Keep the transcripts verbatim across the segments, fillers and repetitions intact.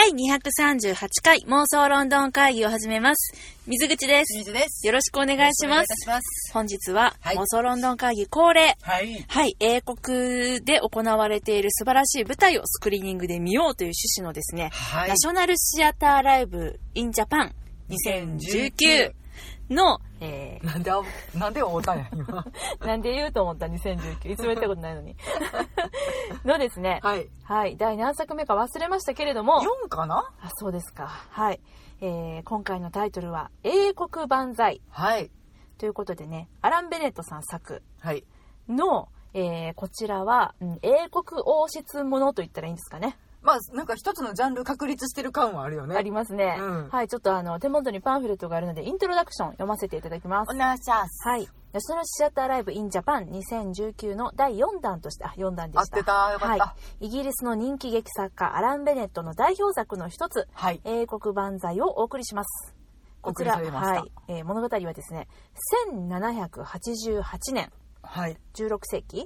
だいにひゃくさんじゅうはちかい妄想ロンドン会議を始めます。水口です。 水です。 よろしくお願いします。 ます。 本日は、 はい、 妄想ロンドン会議恒例、 はい、 はい、英国で行われている素晴らしい舞台をスクリーニングで見ようという趣旨のですね、はい、ナショナルシアターライブインジャパンにせんじゅうきゅうの、えー、 なんで、なんで会うたんや、今。 なんで言うと思ったにせんじゅうきゅう。いつも言ったことないのに。のですね。 はい。 はい。第何作目か忘れましたけれども。 よんかな？ あ、そうですか。はい。えー、今回のタイトルは、英国万歳。 はい。 ということでね、アラン・ベネットさん作の、 はい、 えー、こちらは、うん、英国王室ものと言ったらいいんですかね。 まあ、なんか一つのジャンル確立してる感はあるよね。 ありますね。うん、はい、ちょっとあの、手元にパンフレットがあるので、イントロダクション読ませていただきます。 お願いします。 はい。ナショナルシアターライブインジャパンにせんじゅうきゅうのだいよんだんとして、あ、よんだんでした。 合ってた、よかった。 はい。イギリスの人気劇作家、アラン・ベネットの代表作の一つ、 はい、 英国万歳をお送りします。こちら、はい、えー、物語はですね、せんななひゃくはちじゅうはちねん。 はい、 じゅうろくせいき、 うん、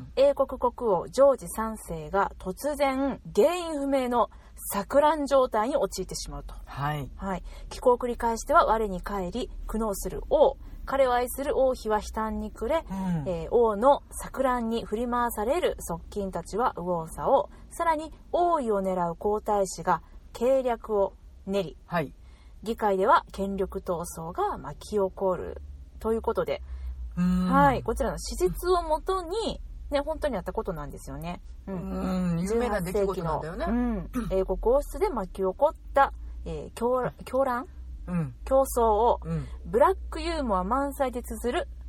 英国国王ジョージさんせいが突然原因不明の錯乱状態に陥ってしまうと、 はいはい、帰国を繰り返しては我に返り苦悩する王、彼を愛する王妃は悲嘆に暮れ、うん、えー、王の錯乱に振り回される側近たちは右往左往、さらに王位を狙う皇太子が計略を練り、 はい、 議会では権力闘争が巻き起こるということで、 はい、こちらの史実をもとに、ね、本当にあったことなんですよね。 うん、うん、有名な出来事なんだよね。 うん、英国王室で巻き起こった、えー、狂狂乱、 うん、 競争を、 うん、 ブラックユーモア満載で綴る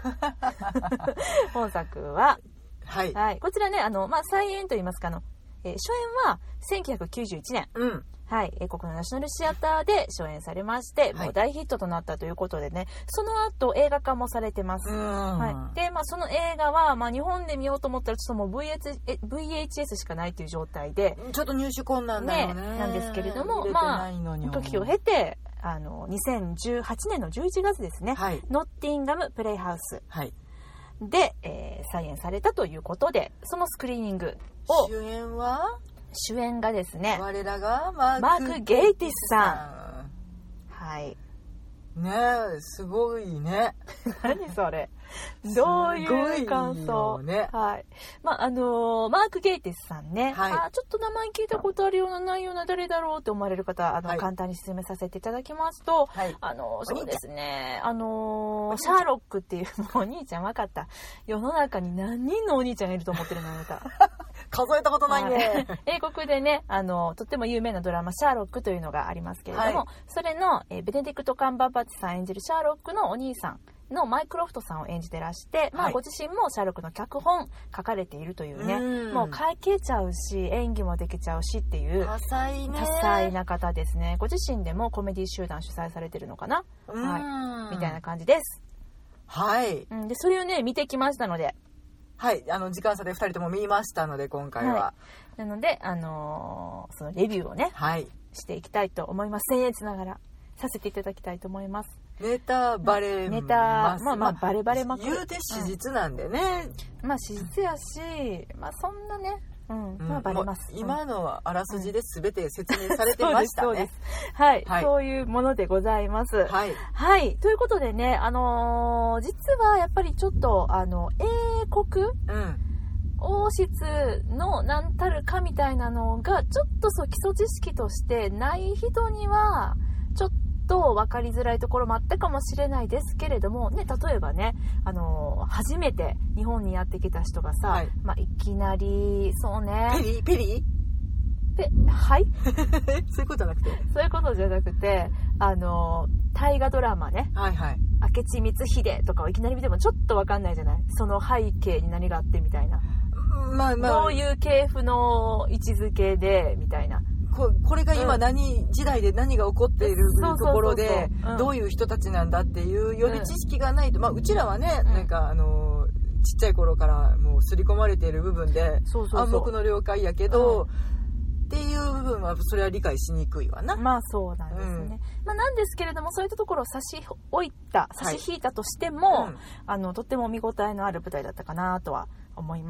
本作は、 はいはい、こちらね、あの、まあ、再演といいますか、あの、えー、初演はせんきゅうひゃくきゅうじゅういちねん。 うん、 はい、英国のナショナルシアターで初演されまして、 はい、 もう大ヒットとなったということでね、その後映画化もされてます。 はい、 で、まあ、その映画は、まあ、日本で見ようと思ったらちょっともう ブイエイチエス しかないという状態で、 ちょっと入手困難だよね。 ね、なんですけれども、まあ、時を経て、あの、にせんじゅうはちねんのじゅういちがつですね、 はい、 ノッティンガムプレイハウスで、 はい、 えー、再演されたということで、そのスクリーニングを、 主演は主演がですね、 我らがマーク・マークゲイティスさん。はい。 ねえ、すごいね。 何それ。どういう感想、 ね、 はい。まあ、あのー、マーク・ゲイティスさんね、 はい、 あ、ちょっと名前聞いたことあるようなないような誰だろうって思われる方、あの、はい、簡単に説明させていただきますと、 はい、 あのー、そうですね、あのー、シャーロックっていう、もうお兄ちゃん分かった。世の中に何人のお兄ちゃんがいると思ってるのあなた。 数えたことないね。 英国でね、あの、とっても有名なドラマ、シャーロックというのがありますけれども、はい、それの、えー、ベネディクト・カンバーバッチさん演じるシャーロックのお兄さんのマイクロフトさんを演じてらして、はい、まあ、ご自身もシャーロックの脚本書かれているというね、うもう書けちゃうし、演技もできちゃうしっていう、 多彩ね。 多彩な方ですね。ご自身でもコメディ集団主催されてるのかな、はい、みたいな感じです。 はい。 うん、で、それをね、見てきましたので、 はい、あの時間差でふたりとも見ましたので今回は、はい、なので、あのー、そのレビューをね、 はい、 していきたいと思います。僭越ながらさせていただきたいと思います。 ネタバレネタ、まあまあバレバレまくる、 言うて史実なんでね、 うん、まあ史実やし、まあそんなね、うん、まあバレます。 今のはあらすじで全て説明されてましたね。 そうです、そうです。はい、はい、そういうものでございます。 はい。 はい。ということでね、あのー、実はやっぱりちょっと、あの、英国、 うん王室の何たるかみたいなのがちょっとそう基礎知識としてない人にはちょっと分かりづらいところもあったかもしれないですけれどもね、例えばね、あのー、初めて日本にやってきた人がさ、はい、まあ、いきなりそうねペリーペリーで、はいそういうことじゃなくてそういうことじゃなくて、あのー、大河ドラマね、 はいはい、 明智光秀とかをいきなり見てもちょっと分かんないじゃない、その背景に何があってみたいな、 まあまあ、 どういう系譜の位置づけでみたいな、 こ, これが今何時代で何が起こっているところでどういう人たちなんだっていうより知識がないと、まあ、うちらはね、うん、なんかあのちっちゃい頃からもう刷り込まれている部分で暗黙の了解やけど、うん、っていう部分はそれは理解しにくいわな。 まあそうなんですね、うん、まあ、なんですけれどもそういったところを差し置いた差し引いたとしても、はい、うん、あのとっても見応えのある舞台だったかなとは思います。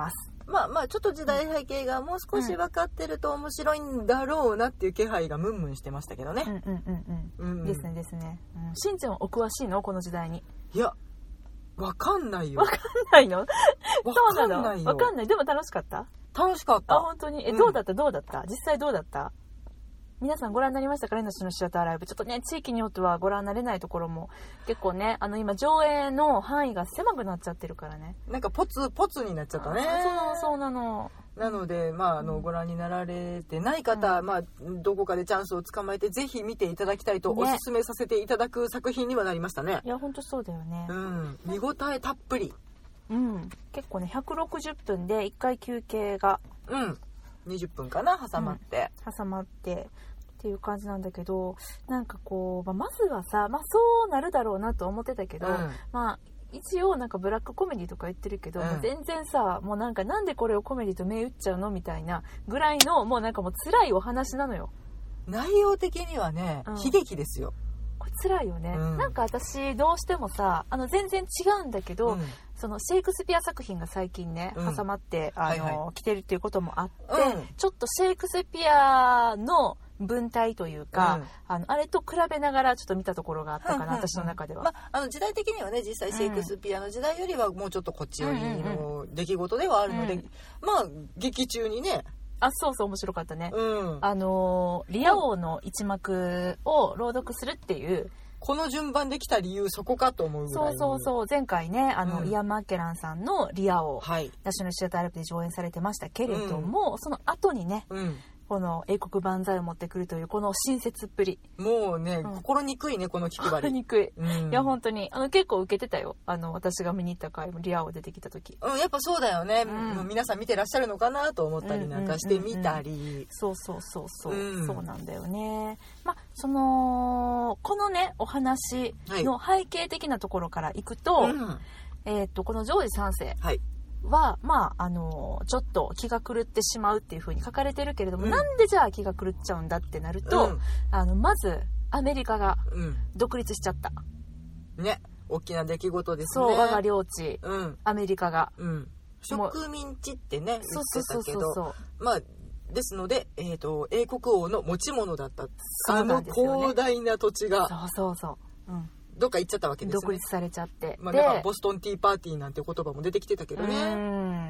まあまあちょっと時代背景がもう少し分かってると面白いんだろうなっていう気配がムンムンしてましたけどね。 うんうんうんうん、うん、ですねですね、うん、しんちゃんはお詳しいのこの時代に？ いや分かんないよ。 分かんないの？ 分かんないよ。 分かんない。でも楽しかった？ 楽しかった。 あ、本当に？え、どうだったどうだった実際どうだった？皆さんご覧になりましたか？縁の下のシアターライブ。ちょっとね、地域によってはご覧になれないところも結構ね、あの今上映の範囲が狭くなっちゃってるからね。 なんかポツポツになっちゃったね。 そうなのそうなの。 なので、まあ、あのご覧になられてない方、うん、まあ、どこかでチャンスをつかまえてぜひ見ていただきたいとおすすめさせていただく作品にはなりましたね。 いや本当そうだよね、 うん、見応えたっぷり、 うん、結構ねひゃくろくじゅっぷんでいっかい休憩が、 うん、にじゅっぷんかな挟まって、 うん、挟まってっていう感じなんだけど、なんかこう、まあ、まずはさ、まあ、そうなるだろうなと思ってたけど、うん、まあ一応なんかブラックコメディとか言ってるけど、うん、もう全然さ、もうなんかなんでこれをコメディと銘打っちゃうのみたいなぐらいのもうなんかもう辛いお話なのよ。 内容的にはね、うん、悲劇ですよ。 これ辛いよね、うん、なんか私どうしてもさ、あの全然違うんだけど、うん、そのシェイクスピア作品が最近ね、うん、挟まってあの、はいはい、来てるっていうこともあって、うん、ちょっとシェイクスピアの文体というか、うん、あのあれと比べながらちょっと見たところがあったかな、うんうんうん、私の中では、 まあ、あの時代的にはね実際シェイクスピアの時代よりはもうちょっとこっち寄りの出来事ではあるので、うんうんうん、まあ劇中にね、 あ、そうそう面白かったね、 うん、 あのリア王の一幕を朗読するっていう、 この順番で来た理由そこかと思うぐらい。 そうそうそう、前回ねあの、うん、イアン・マッケランさんのリア王、 はい、 ナショナルシアターライブで上演されてましたけれども、うん、その後にね、うん、この英国万歳を持ってくるというこの親切っぷり、 もうね、うん、心にくいねこの気配り。 心にくい、うん、いや本当にあの結構受けてたよ、あの私が見に行った回もリア王出てきた時、 うん、やっぱそうだよね、うん、もう皆さん見てらっしゃるのかなと思ったりなんかしてみたり、うんうんうんうん、 そうそうそうそう、うん、そうなんだよね。まあそのこのねお話の背景的なところからいくと、はい、うん、えー、っとこのジョージさんせい、はいはまああのちょっと気が狂ってしまうっていう風に書かれてるけれども、うん、なんでじゃあ気が狂っちゃうんだってなると、うん、あのまずアメリカが独立しちゃった、 うん、ね、大きな出来事ですね。 そう、我が領地、うん、アメリカが、 うん、植民地ってね言ってたけど、まあですので、えーと、英国王の持ち物だった、あの広大な土地が、 そうそうそう、うん、 どっか行っちゃったわけですよね。 独立されちゃって、 まあ、なんかボストンティーパーティーなんて言葉も出てきてたけどね。 うん、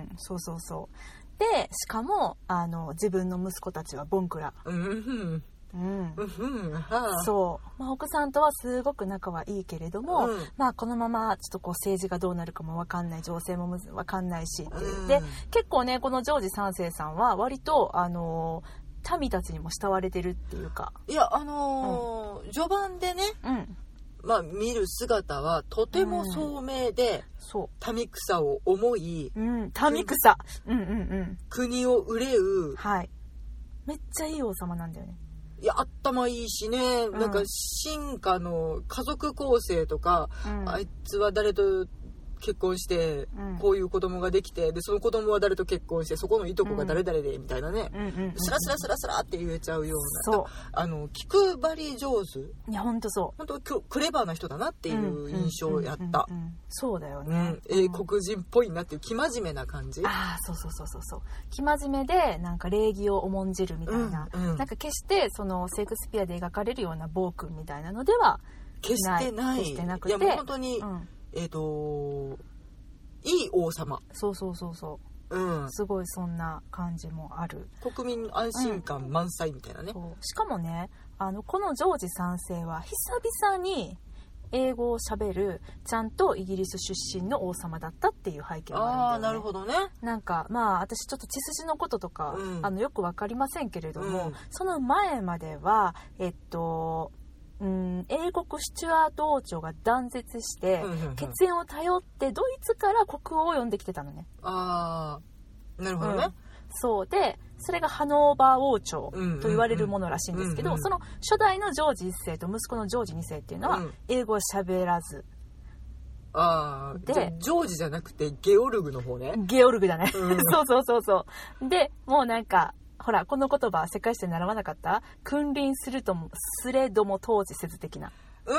そうそうそう。でしかもあの自分の息子たちはボンクラ、 うんうんうん、 そう、まあ、奥さんとはすごく仲はいいけれども、うん、まあこのままちょっとこう政治がどうなるかも分かんない、情勢も分かんないしっていう、うん、で結構ねこのジョージさんせいさんは割とあの民たちにも慕われてるっていうか、 いやあのーうん、序盤でね、うん、まあ、見る姿はとても聡明で、うん、そう民草を思い、 うん、民草、うんうんうん、 国を憂う、 はい、めっちゃいい王様なんだよね。 いや頭いいしね、うん、なんか進化の家族構成とか、うん、あいつは誰と結婚して、うん、こういう子供ができて、でその子供は誰と結婚して、そこのいとこが誰々で、みたいなね、うんうんうんうん、スラスラスラスラって言えちゃうような、そう、あの気配り上手、 いや本当そう、 本当クレバーな人だなっていう印象やった、 うんうんうんうん、そうだよね、 うん、英国人っぽいなっていう生真面目な感じ、 ああそうそうそうそうそう、生真面目でなんか礼儀を重んじるみたいな、うんうん、なんか決してそのシェイクスピアで描かれるような暴君みたいなのでは決してない、 決してなくて、 いやもう本当に、うん、えっ、ー、といい王様、 そうそうそうそう、うん、すごいそんな感じもある、 国民安心感満載みたいなね、 うん、そうしかもねあのこのジョージさんせいは久々に英語をしゃべるちゃんとイギリス出身の王様だったっていう背景もあるんだよね。あー、なるほどね。なんかまあ私ちょっと血筋のこととか、うん、あのよく分かりませんけれども、うん、その前まではえっとうん、英国スチュアート王朝が断絶して、うんうんうん、血縁を頼ってドイツから国王を呼んできてたのね。 ああ、なるほどね、うん、 そうでそれがハノーバー王朝と言われるものらしいんですけど、うんうんうん、その初代のジョージいっせいと息子のジョージにせいっていうのは英語を喋らず、うん、 ああ、でジョージじゃなくてゲオルグの方ね。 ゲオルグだね、うん、そうそうそうそうでもうなんかほらこの言葉世界史で習わなかった？君臨するともすれども当時説的な、 うん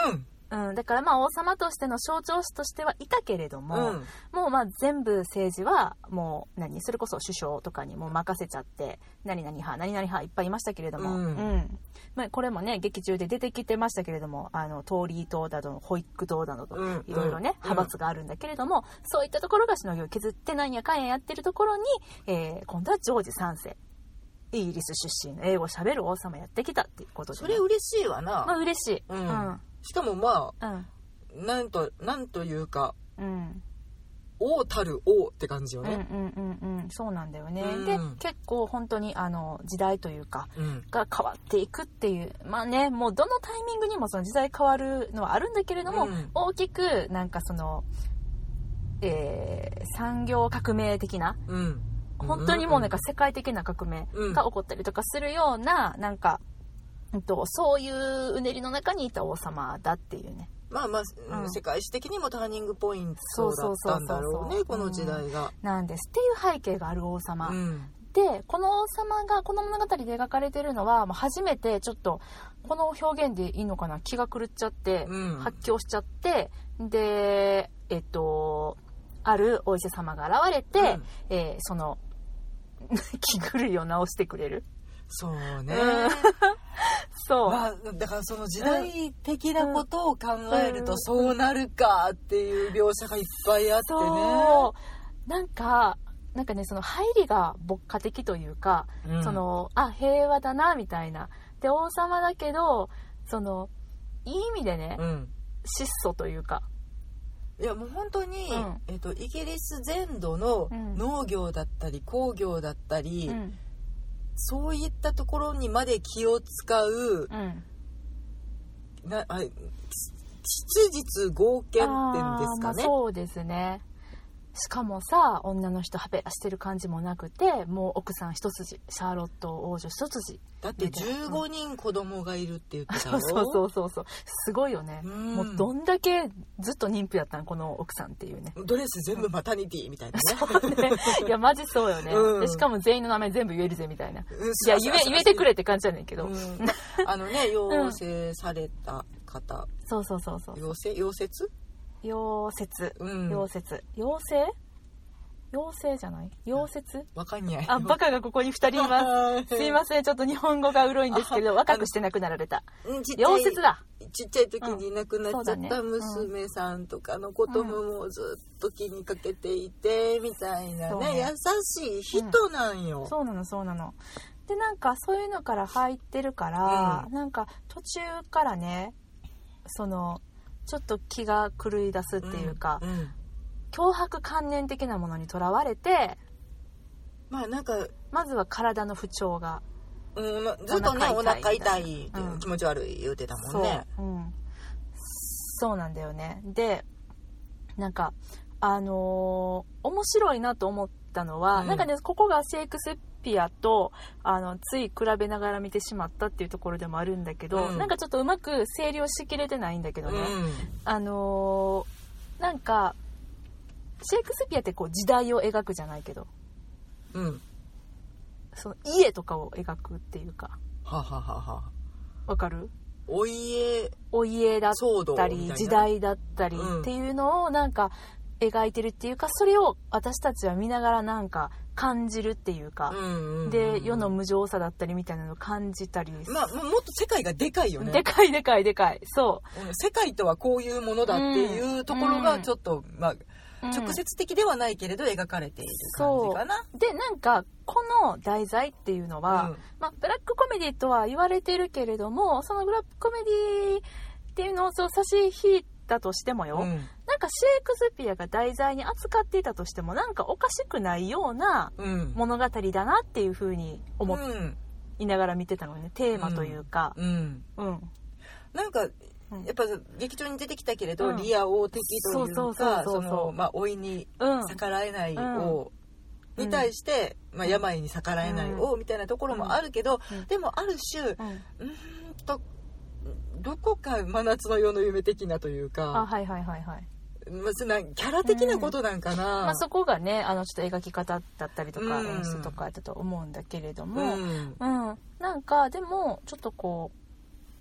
うん、だからまあ王様としての象徴としてはいたけれども、 うん、 もうまあ全部政治はもう何それこそ首相とかにもう任せちゃって何々派何々派いっぱいいましたけれども、 うんうんまあ、これもね劇中で出てきてましたけれども、あのトーリー党だのホイック党だのと、 うん、 いろいろね、うん、派閥があるんだけれども、そういったところがしのぎを削ってなんやかんややってるところに、えー、今度はジョージさんせいイギリス出身の英語しゃべる王様やってきたっていうことで、ね、 それ嬉しいわな。 まあ嬉しい、 うんうん、しかもまあ、 うんなんとなんというか、 うん、 王たる王って感じよね。 うんうんうんうん、そうなんだよね。 うん、 で結構本当にあの時代というか、 うん、 が変わっていくっていう、まあね、もうどのタイミングにもその時代変わるのはあるんだけれども、うん、大きくなんかその、えー、産業革命的な、 うん、 本当にもうなんか世界的な革命が起こったりとかするような、なんかそういううねりの中にいた王様だっていうね。 まあまあ、うん、世界史的にもターニングポイントだったんだろうね、この時代が、 うん、なんですっていう背景がある王様、 うん、 でこの王様がこの物語で描かれてるのは、まあ、初めてちょっとこの表現でいいのかな、気が狂っちゃって、 うん、 発狂しちゃって、でえっとあるお医者様が現れて、うんえー、その気狂いを治してくれる。 そうね、 うん、そう、 まあ、だからその時代的なことを考えるとそうなるかっていう描写がいっぱいあってね、 そうなんかなんかね、その入りが牧歌的というか、うん、そのあ平和だなみたいな、で王様だけどそのいい意味でね、 うん、 質素というか、 いやもう本当に、 うんえっと、イギリス全土の農業だったり工業だったり、 うんそういったところにまで気を使う、 うん、 なあ質実剛健っていうんですかね、 まあ、そうですね。しかもさ、女の人はべらしてる感じもなくて、もう奥さん一筋、シャーロット王女一筋だってじゅうごにん子供がいるって言ってたろ、うん、 そうそうそうそう、すごいよね、 うん、 もうどんだけずっと妊婦やったんこの奥さんっていうね、 ドレス全部マタニティみたいなね、 そうね、いやマジそうよね、うん、でしかも全員の名前全部言えるぜみたいな、うん、いや言え、言えてくれって感じじゃねんけど、うん、 あのね養成された方、うん、 そうそうそうそう、 養成養説溶接、 うん、 溶接、溶接妖精じゃない、溶接、 わかんない、 あ、バカがここにふたりいますすいません、ちょっと日本語がうろいんですけど若くして亡くなられた溶接だ、 ちっちゃい時に亡くなっちゃった娘さんとかのこともずっと気にかけていてみたいなね、優しい人なんよ、 うん、そうなのそうなの。でなんかそういうのから入ってるから、うん、なんか途中からね、そのちょっと気が狂い出すっていうか、 うんうん強迫観念的なものにとらわれて、 まあなんかまずは体の不調が、 うん、ずっとねお腹痛いっていう気持ち悪い言うてたもんね、 うん、そう、うん、そうなんだよね。でなんかあのー、面白いなと思ったのは、うん、なんかねここがシェイクスピアとあのつい比べながら見てしまったっていうところでもあるんだけど、うん、なんかちょっとうまく整理をしきれてないんだけどね、 うん、 あのー、なんかシェイクスピアってこう時代を描くじゃないけど、 うん、 その家とかを描くっていうか、 はははは、 わかる？ お家お家だったり時代だったりっていうのをなんか描いてるっていうか、それを私たちは見ながらなんか感じるっていうか、 うんうんうん、 で世の無常さだったりみたいなのを感じたり、 まあもっと世界がでかいよね、 でかいでかいでかい、そう、 うん、世界とはこういうものだっていうところがちょっと、うん、まあ直接的ではないけれど描かれている感じかな。 でなんかこの題材っていうのは、うんまあ、ブラックコメディとは言われてるけれども、そのブラックコメディっていうのを差し引いたとしてもよ、うん、なんかシェイクスピアが題材に扱っていたとしてもなんかおかしくないような物語だなっていう風に思いながら見てたのね、テーマというか、 うんうんうん、 なんかやっぱ劇場に出てきたけれど、うん、リア王的というか、そのまあ老いに逆らえない王に対して、うん、まあ、病に逆らえない王みたいなところもあるけど、うん、でもある種、うん、うーんとどこか真夏の夜の夢的なというか、 あ、はいはいはいはい、 まあ、そんなキャラ的なことなんかな、 うんまあ、そこがねあのちょっと描き方だったりとか、うん、演出とかだと思うんだけれども、 うんうん、なんかでもちょっとこう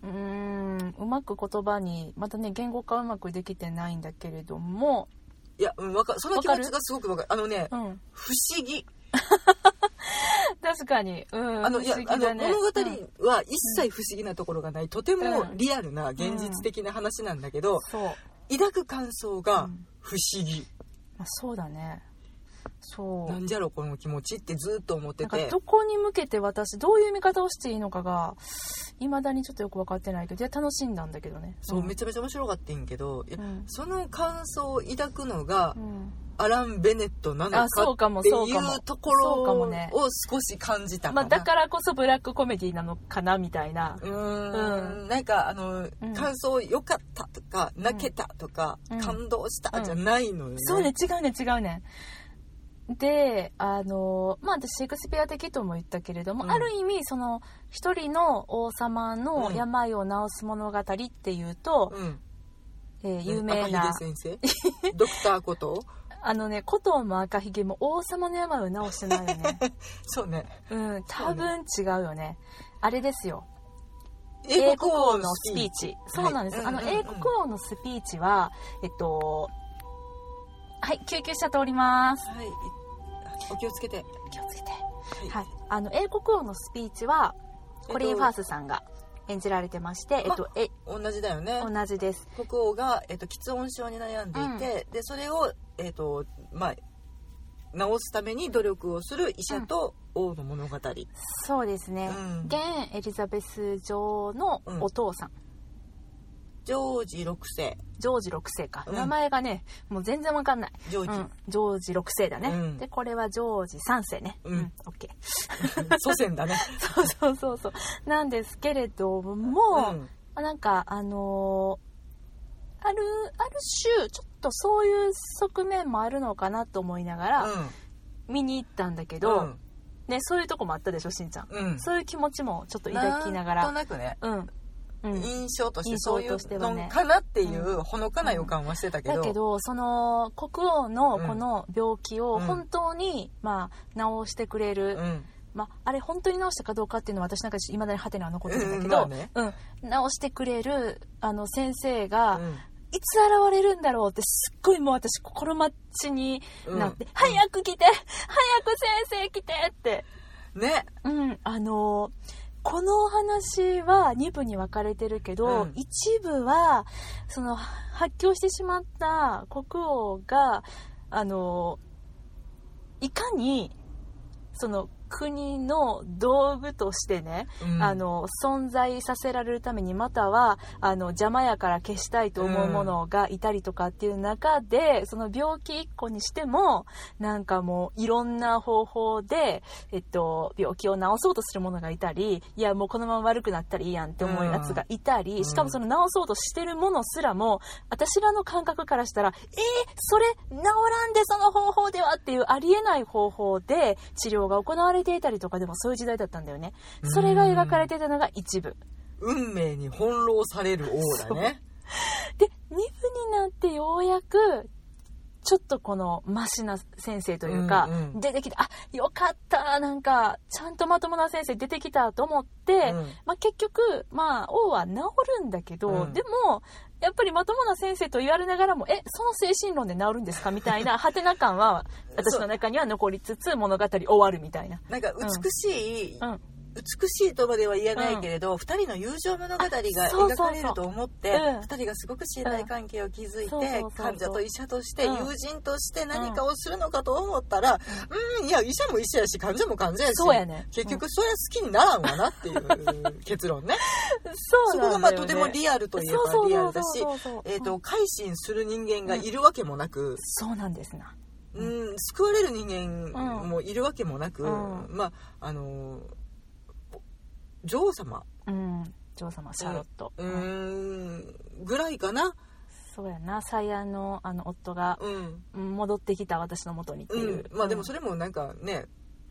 うーんうまく言葉にまたね言語化うまくできてないんだけれども、 いや、うん、わかその気持ちがすごくわかる。あのね、 うん、 不思議。 確かに、うん、 あの、いや、あの、物語は一切不思議なところがない、うん、とてもリアルな現実的な話なんだけど、うん、 そう抱く感想が不思議、うん、 まあ、そうだね。そうなんじゃろこの気持ちってずっと思ってて、 なんかどこに向けて私どういう見方をしていいのかが未だにちょっとよく分かってないけど、いや楽しんだんだけどね。 そう、 ん、 めちゃめちゃ面白かったんやけど、いや、 うん、 その感想を抱くのが、 うん、 アラン・ベネットなのかっていうところを少し感じたかな。 まあ、だからこそブラックコメディなのかなみたいな。 うーん、うん、なんかあの、うん、感想良かったとか泣けたとか、うん、感動したじゃないのよね、うん、 そうね、違うね違うね。で、あのまあ私シェイクスピア的とも言ったけれども、うん、ある意味その一人の王様の病を治す物語っていうと、うんえー、有名な、 赤ひげ先生ドクターことあのね、コトーも赤ひげも王様の病を治してないよね。 そうね。 うん、多分違うよね。あれですよ。 英国王のスピーチ。そうなんです。はい、あの、英国王のスピーチは、えっと、はい、救急車通ります。 はい。お気をつけて。 気をつけて。はい。はい、あの、英国王のスピーチは、コリン・ファースさんが演じられてまして、えっと、え、 同じだよね。 同じです。 国王が、えっと、喫音症に悩んでいて、うん、で、それを、えっと、まあ、治すために努力をする医者と王の物語。うん、 そうですね。うん、現エリザベス女王のお父さん。うん、 ジョージろくせい。 ジョージろくせいか、うん、名前がねもう全然わかんない。 ジョージ、うん、 ジョージろくせいだね、うん、でこれはジョージさんせいね。 うん、 オッケー。祖先だね。 そうそうそうそうなんですけれども、うん、なんかあのー、あるある種ちょっとそういう側面もあるのかなと思いながら見に行ったんだけど、うんね、そういうとこもあったでしょしんちゃん、うん、そういう気持ちもちょっと抱きながらなんとなくね、 うんうん、印象としてそういうのかなっていうほのかな予感はしてたけど、 うんうん、だけどその国王のこの病気を本当に、うん、まあ、治してくれる、うんまあ、あれ本当に治したかどうかっていうのは私なんかいまだにハテナは残ってるんだけど、うんまあねうん、治してくれるあの先生が、うん、いつ現れるんだろうってすっごいもう私心待ちになって、うん、早く来て早く先生来てってね、 うん、あのこの話はにぶに分かれてるけど、うん、一部はその発狂してしまった国王があのいかにその国の道具としてね、うん、あの存在させられるためにまたはあの邪魔やから消したいと思うものがいたりとかっていう中で、うん、その病気一個にしてもなんかもういろんな方法で、えっと、病気を治そうとするものがいたり、いやもうこのまま悪くなったらいいやんって思うやつがいたり、うん、しかもその治そうとしてるものすらも私らの感覚からしたら、えー、それ治らんでその方法ではっていうありえない方法で治療が行われていたりとかでもそういう時代だったんだよね。それが描かれてたのが一部。 運命に翻弄される王だね。 で、二部になってようやくちょっとこのマシな先生というか、うんうん、出てきて、あ、よかったなんかちゃんとまともな先生出てきたと思って、うんまあ、結局まあ王は治るんだけど、うん、でもやっぱりまともな先生と言われながらも、え、その精神論で治るんですかみたいなハテナ感は私の中には残りつつ物語終わるみたいな。 なんか美しい、うんうん美しいとまでは言えないけれど、うん、ふたりの友情物語が描かれると思ってそうそうそう、うん、ふたりがすごく信頼関係を築いて、うん、そうそうそうそう患者と医者として、うん、友人として何かをするのかと思ったら、うん、うん、いや医者も医者やし患者も患者やしそうや、ね、 結局それは好きにならんわなっていう結論ね。 そうなんだよね。 そこがまあとてもリアルといえばリアルだし、えーと、改心する人間がいるわけもなく、 うん、そうなんですな、 うん、救われる人間もいるわけもなく、うん、まああのー女王様、 うん、女王様シャーロット、 うん、うんぐらいかな。 そうやな、最愛のあの夫が、うん、戻ってきた私の元にっていう、 うん、まあでもそれもなんかね、 うん、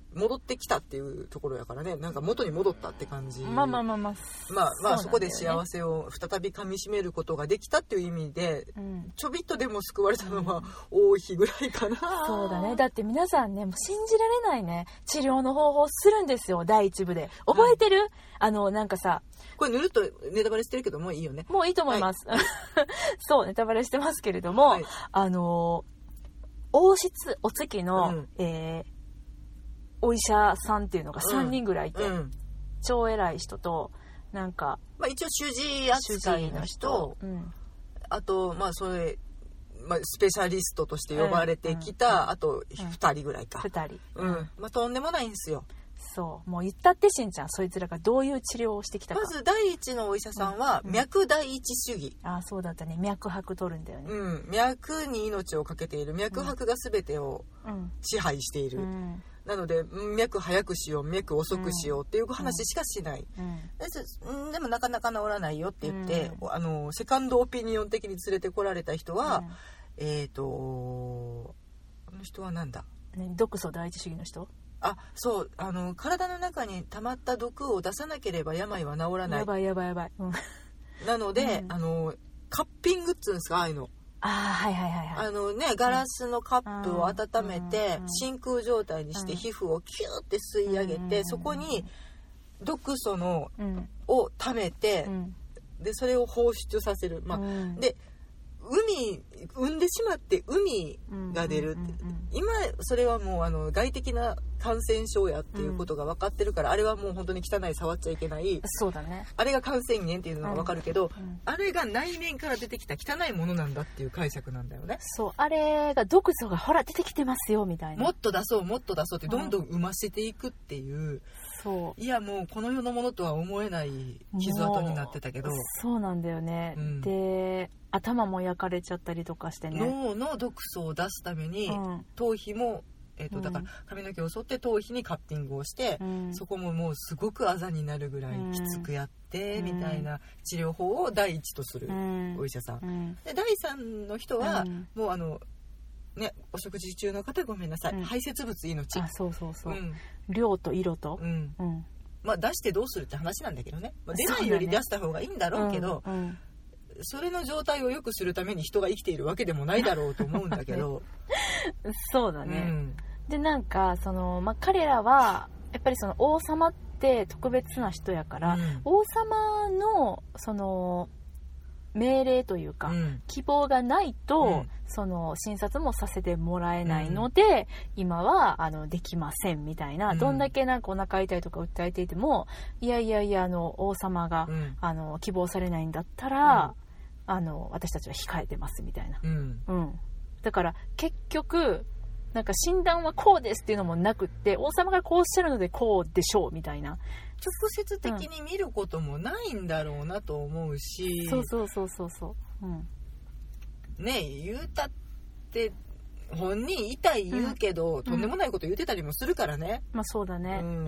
戻ってきたっていうところやからね、なんか元に戻ったって感じ。 まあまあまあまあまあまあ そ, そこで幸せを再び噛み締めることができたっていう意味で、うん、ちょびっとでも救われたのは多い日ぐらいかな。 そうだね。だって皆さんね、もう信じられないね治療の方法するんですよ、第一部で。覚えてる、はい、あのなんかさ、 これぬるっとネタバレしてるけどもういいよね。 もういいと思います、はい、そうネタバレしてますけれども、はい、あの王室お月の、うん、えーお医者さんっていうのがさんにんぐらいいて、うんうん、超偉い人となんか、 まあ、一応主治扱いの人、うん、あとまあそれ、まあ、スペシャリストとして呼ばれてきた、うんうん、あとふたりぐらいか、 ふたり、 うんまあ、とんでもないんですよ。 そうもう言ったってしんちゃん、そいつらがどういう治療をしてきたか。 まず第一のお医者さんは脈第一主義、 うんうん、ああそうだったね、脈拍取るんだよね、 うん、脈に命をかけている、脈拍が全てを支配している、うんうんなので脈早くしよう脈遅くしようっていう話しかしない、うんうん、でもなかなか治らないよって言って、うん、あのセカンドオピニオン的に連れてこられた人は、うん、えっ、ー、とあの人はなんだ、 ね、毒素第一主義の人。 あそうあの体の中に溜まった毒を出さなければ病は治らない。 やばいやばいやばい、うん、 なので、うん、あのカッピングっつうんですか、ああいうの。 あはいはいはいはい、 あのね、ガラスのカップを温めて、うん、真空状態にして皮膚をキューって吸い上げて、うん、そこに毒素の、うん、を溜めて、うん、でそれを放出させる、まあうん、で海産んでしまって海が出るって、うんうんうんうん、今それはもうあの外的な感染症やっていうことが分かってるから、うん、あれはもう本当に汚い、触っちゃいけない、 そうだね、 あれが感染源っていうのが分かるけど、 うんうん、 あれが内面から出てきた汚いものなんだっていう解釈なんだよね。 そうあれが毒素がほら出てきてますよみたいな、 もっと出そうもっと出そうってどんどん生ませていくっていう、うん、そういやもうこの世のものとは思えない傷跡になってたけど、 そうなんだよね、うん、で頭も焼かれちゃったりとかしてね、 脳の毒素を出すために、うん、頭皮も、えーと、だから髪の毛を剃って頭皮にカッピングをして、うん、そこももうすごくあざになるぐらいきつくやって、うん、みたいな治療法を第一とするお医者さん、うん、で第三の人は、うん、もうあのね、お食事中の方ごめんなさい、うん、排泄物命、 あそうそうそう、うん、量と色と、 うんうん、まあ出してどうするって話なんだけどね、まあ、出ないより出した方がいいんだろうけど、うんうんそれの状態を良くするために人が生きているわけでもないだろうと思うんだけどそうだね、うん、でなんかその、まあ、彼らはやっぱりその王様って特別な人やから、うん、王様のその命令というか、うん、希望がないと、うん、その診察もさせてもらえないので、うん、今はあのできませんみたいな、うん、どんだけなんかお腹痛いとか訴えていてもいやいやいやあの王様が、うん、あの希望されないんだったら、うんあの私たちは控えてますみたいな、うんうん、だから結局なんか診断はこうですっていうのもなくって王様がこうおっしゃるのでこうでしょうみたいな、 直接的に見ることもないんだろうなと思うし、 うん、そうそうそうそうそう、うん、 ねえ言うたって本人痛い言うけど、うん、とんでもないこと言ってたりもするからね、 まあそうだね、うんうん、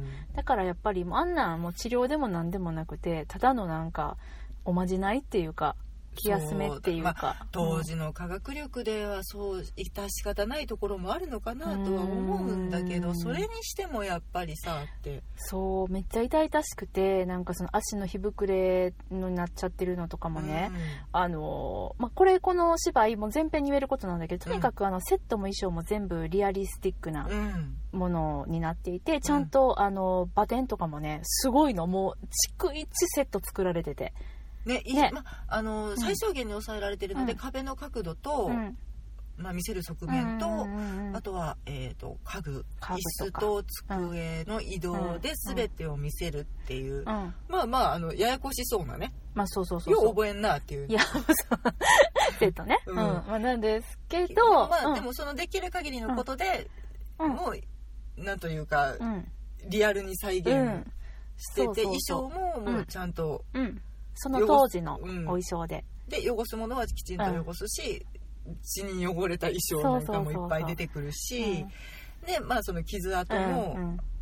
だからやっぱりもうあんなんもう治療でもなんでもなくてただのなんかおまじないっていうか気休めっていうか、まあ、 当時の科学力ではそう致し方ないところもあるのかなとは思うんだけど、それにしてもやっぱりさってそうめっちゃ痛々しくて、なんかその足の火膨れになっちゃってるのとかもね、あの、まあ、これこの芝居も前編に言えることなんだけど、とにかくあのセットも衣装も全部リアリスティックなものになっていて、ちゃんとあのバテンとかもねすごいの、もう逐一セット作られててね、いいね、まあのうん、最小限に抑えられているので、うん、壁の角度と、うんまあ、見せる側面と、うんうんうん、あとは、えー、と家具椅子と机の移動で全てを見せるっていう、うんうん、まあまあ、あのややこしそうなね、 まあ、そうそうそうよう覚えんなっていう、 いやセットね、うんうんまあ、なんですけど、 まあ、うん、でもそのできる限りのことで、うん、もうなんというか、うん、リアルに再現してて、うん、衣装ももうちゃんと、 うんうんその当時のお衣装で、 うん、で汚すものはきちんと汚すし、うん、血に汚れた衣装なんかもいっぱい出てくるし、でまあその傷跡も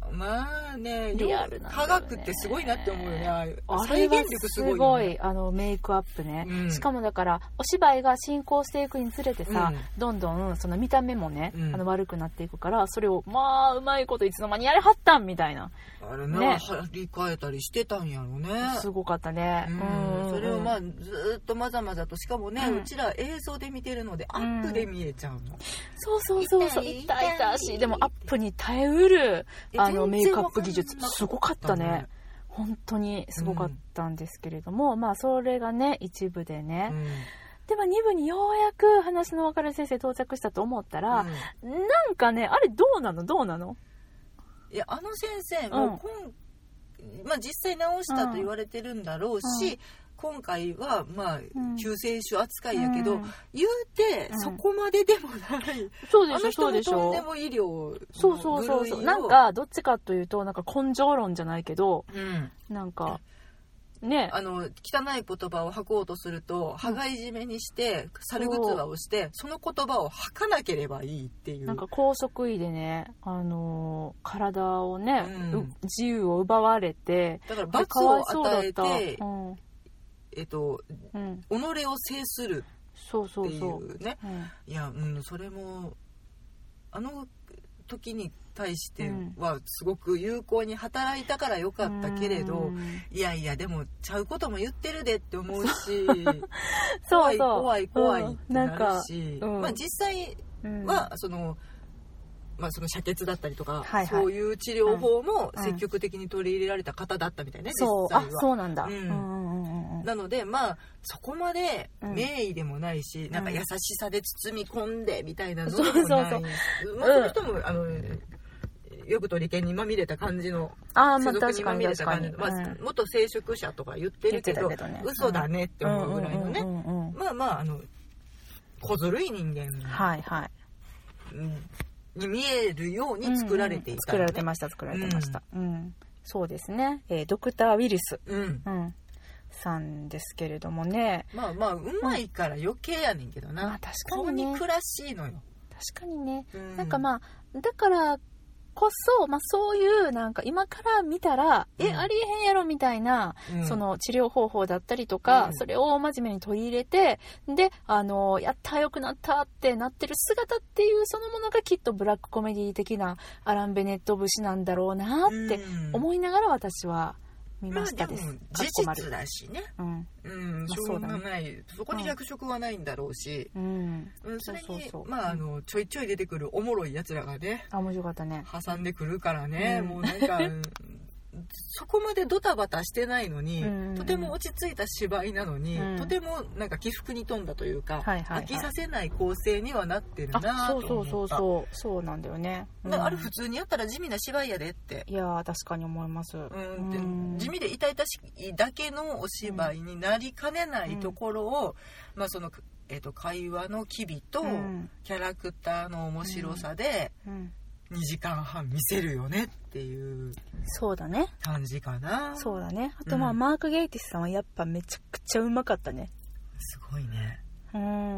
まあね、 リアルなんだよね。 科学ってすごいなって思うよね。あれは再現力すごい、ね、すごいあのメイクアップね、うん、しかもだからお芝居が進行していくにつれてさ、うん、どんどんその見た目もね、うん、あの悪くなっていくから、それをまあうまいこといつの間にやれはったんみたいな、 あれね、張り替えたりしてたんやろね。 すごかったね、 うん、それをまあずっとまざまざと、しかもね、うん、うちら映像で見てるのでアップで見えちゃうの、うん、 そうそうそうそう、痛い痛いし、でもアップに耐えうるあのメイクアップ技術すごかったね。本当にすごかったんですけれども、うん、まあそれがね一部でね、うん、でもに部にようやく話の分かる先生到着したと思ったら、うん、なんかね、あれどうなのどうなのいや、あの先生も今、うん、まあ、実際直したと言われてるんだろうし、うん、今回はまあ救世主扱いやけど、うん、言うてそこまででもない、うん、 そうでしょそうでしょ、 とんでも医療、 そうそうそうそう、なんかどっちかというとなんか根性論じゃないけど、うん、なんかね、 あの汚い言葉を吐こうとすると羽交い締めにして猿ぐつわをして、その言葉を吐かなければいいっていう、 なんか高速位でね、あのー、体をね、うん、自由を奪われて、 だから罰を与えて、うん、えっと、うん、己を制するっていうね。 そうそうそう、うん、 いや、うん、それもあの時に対してはすごく有効に働いたからよかったけれど、うん、いやいやでもちゃうことも言ってるでって思うし怖い怖い怖いってなるし、うん、まあ実際はその、まあ、その遮血だったりとか、はいはい、そういう治療法も積極的に取り入れられた方だったみたいね、うん、実際は。 そう、あ、そうなんだ、うんうんうん、なのでまあそこまで名医でもないし、うん、なんか優しさで包み込んでみたいなのでもない、うん、そうそうそう、まあ、その人もあのよく取り験にまみれた感じの、 あ、まあ、確かに確かに、 まあ、元聖職者とか言ってるけど、けどね、嘘だねって思うぐらいのね、うんうんうんうん、まあまああの小ずるい人間、 はいはい、 うんに見えるように作られていた、ね、うんうん、 作られてました作られてました、うんうん、そうですね、えー、ドクターウィルス、うんうん、さんですけれどもね、 まあまあうまいから余計やねんけどな、 まあ、確かにね、 顔に暮らしいのよ。 確かにね、うん、なんかまあだからこそ、まあ、そういうなんか今から見たら、うん、えありえへんやろみたいな、うん、その治療方法だったりとか、うん、それを真面目に取り入れて、であのやった良くなったってなってる姿っていうそのものがきっとブラックコメディ的なアラン・ベネット節なんだろうなって思いながら私は見ましたです。 まあ、でも事実だしね、うんうん、しょうがない、まあ そ, ね、そこに脚色はないんだろうし、うんうん、それにそうそうそう、まあ、あのちょいちょい出てくるおもろいやつらがね、 あ、面白かったね、 挟んでくるからね、うん、もうなんかそこまでドタバタしてないのに、うんうん、とても落ち着いた芝居なのに、うん、とてもなんか起伏に富んだというか、はいはいはい、飽きさせない構成にはなってるなと思った。 そうそうそうそうそうなんだよね、 うん、あれ普通にやったら地味な芝居やでって、 いや確かに思います、うんうん、地味で痛々しいだけのお芝居になりかねないところを、うん、まあそのえーと、会話の機微とキャラクターの面白さで、うんうんにじかんはん見せるよねっていうそうだね感じかな。 そうだね。あとまあ、うん、マーク・ゲイティスさんはやっぱめちゃくちゃうまかったね。 すごいね。 うん、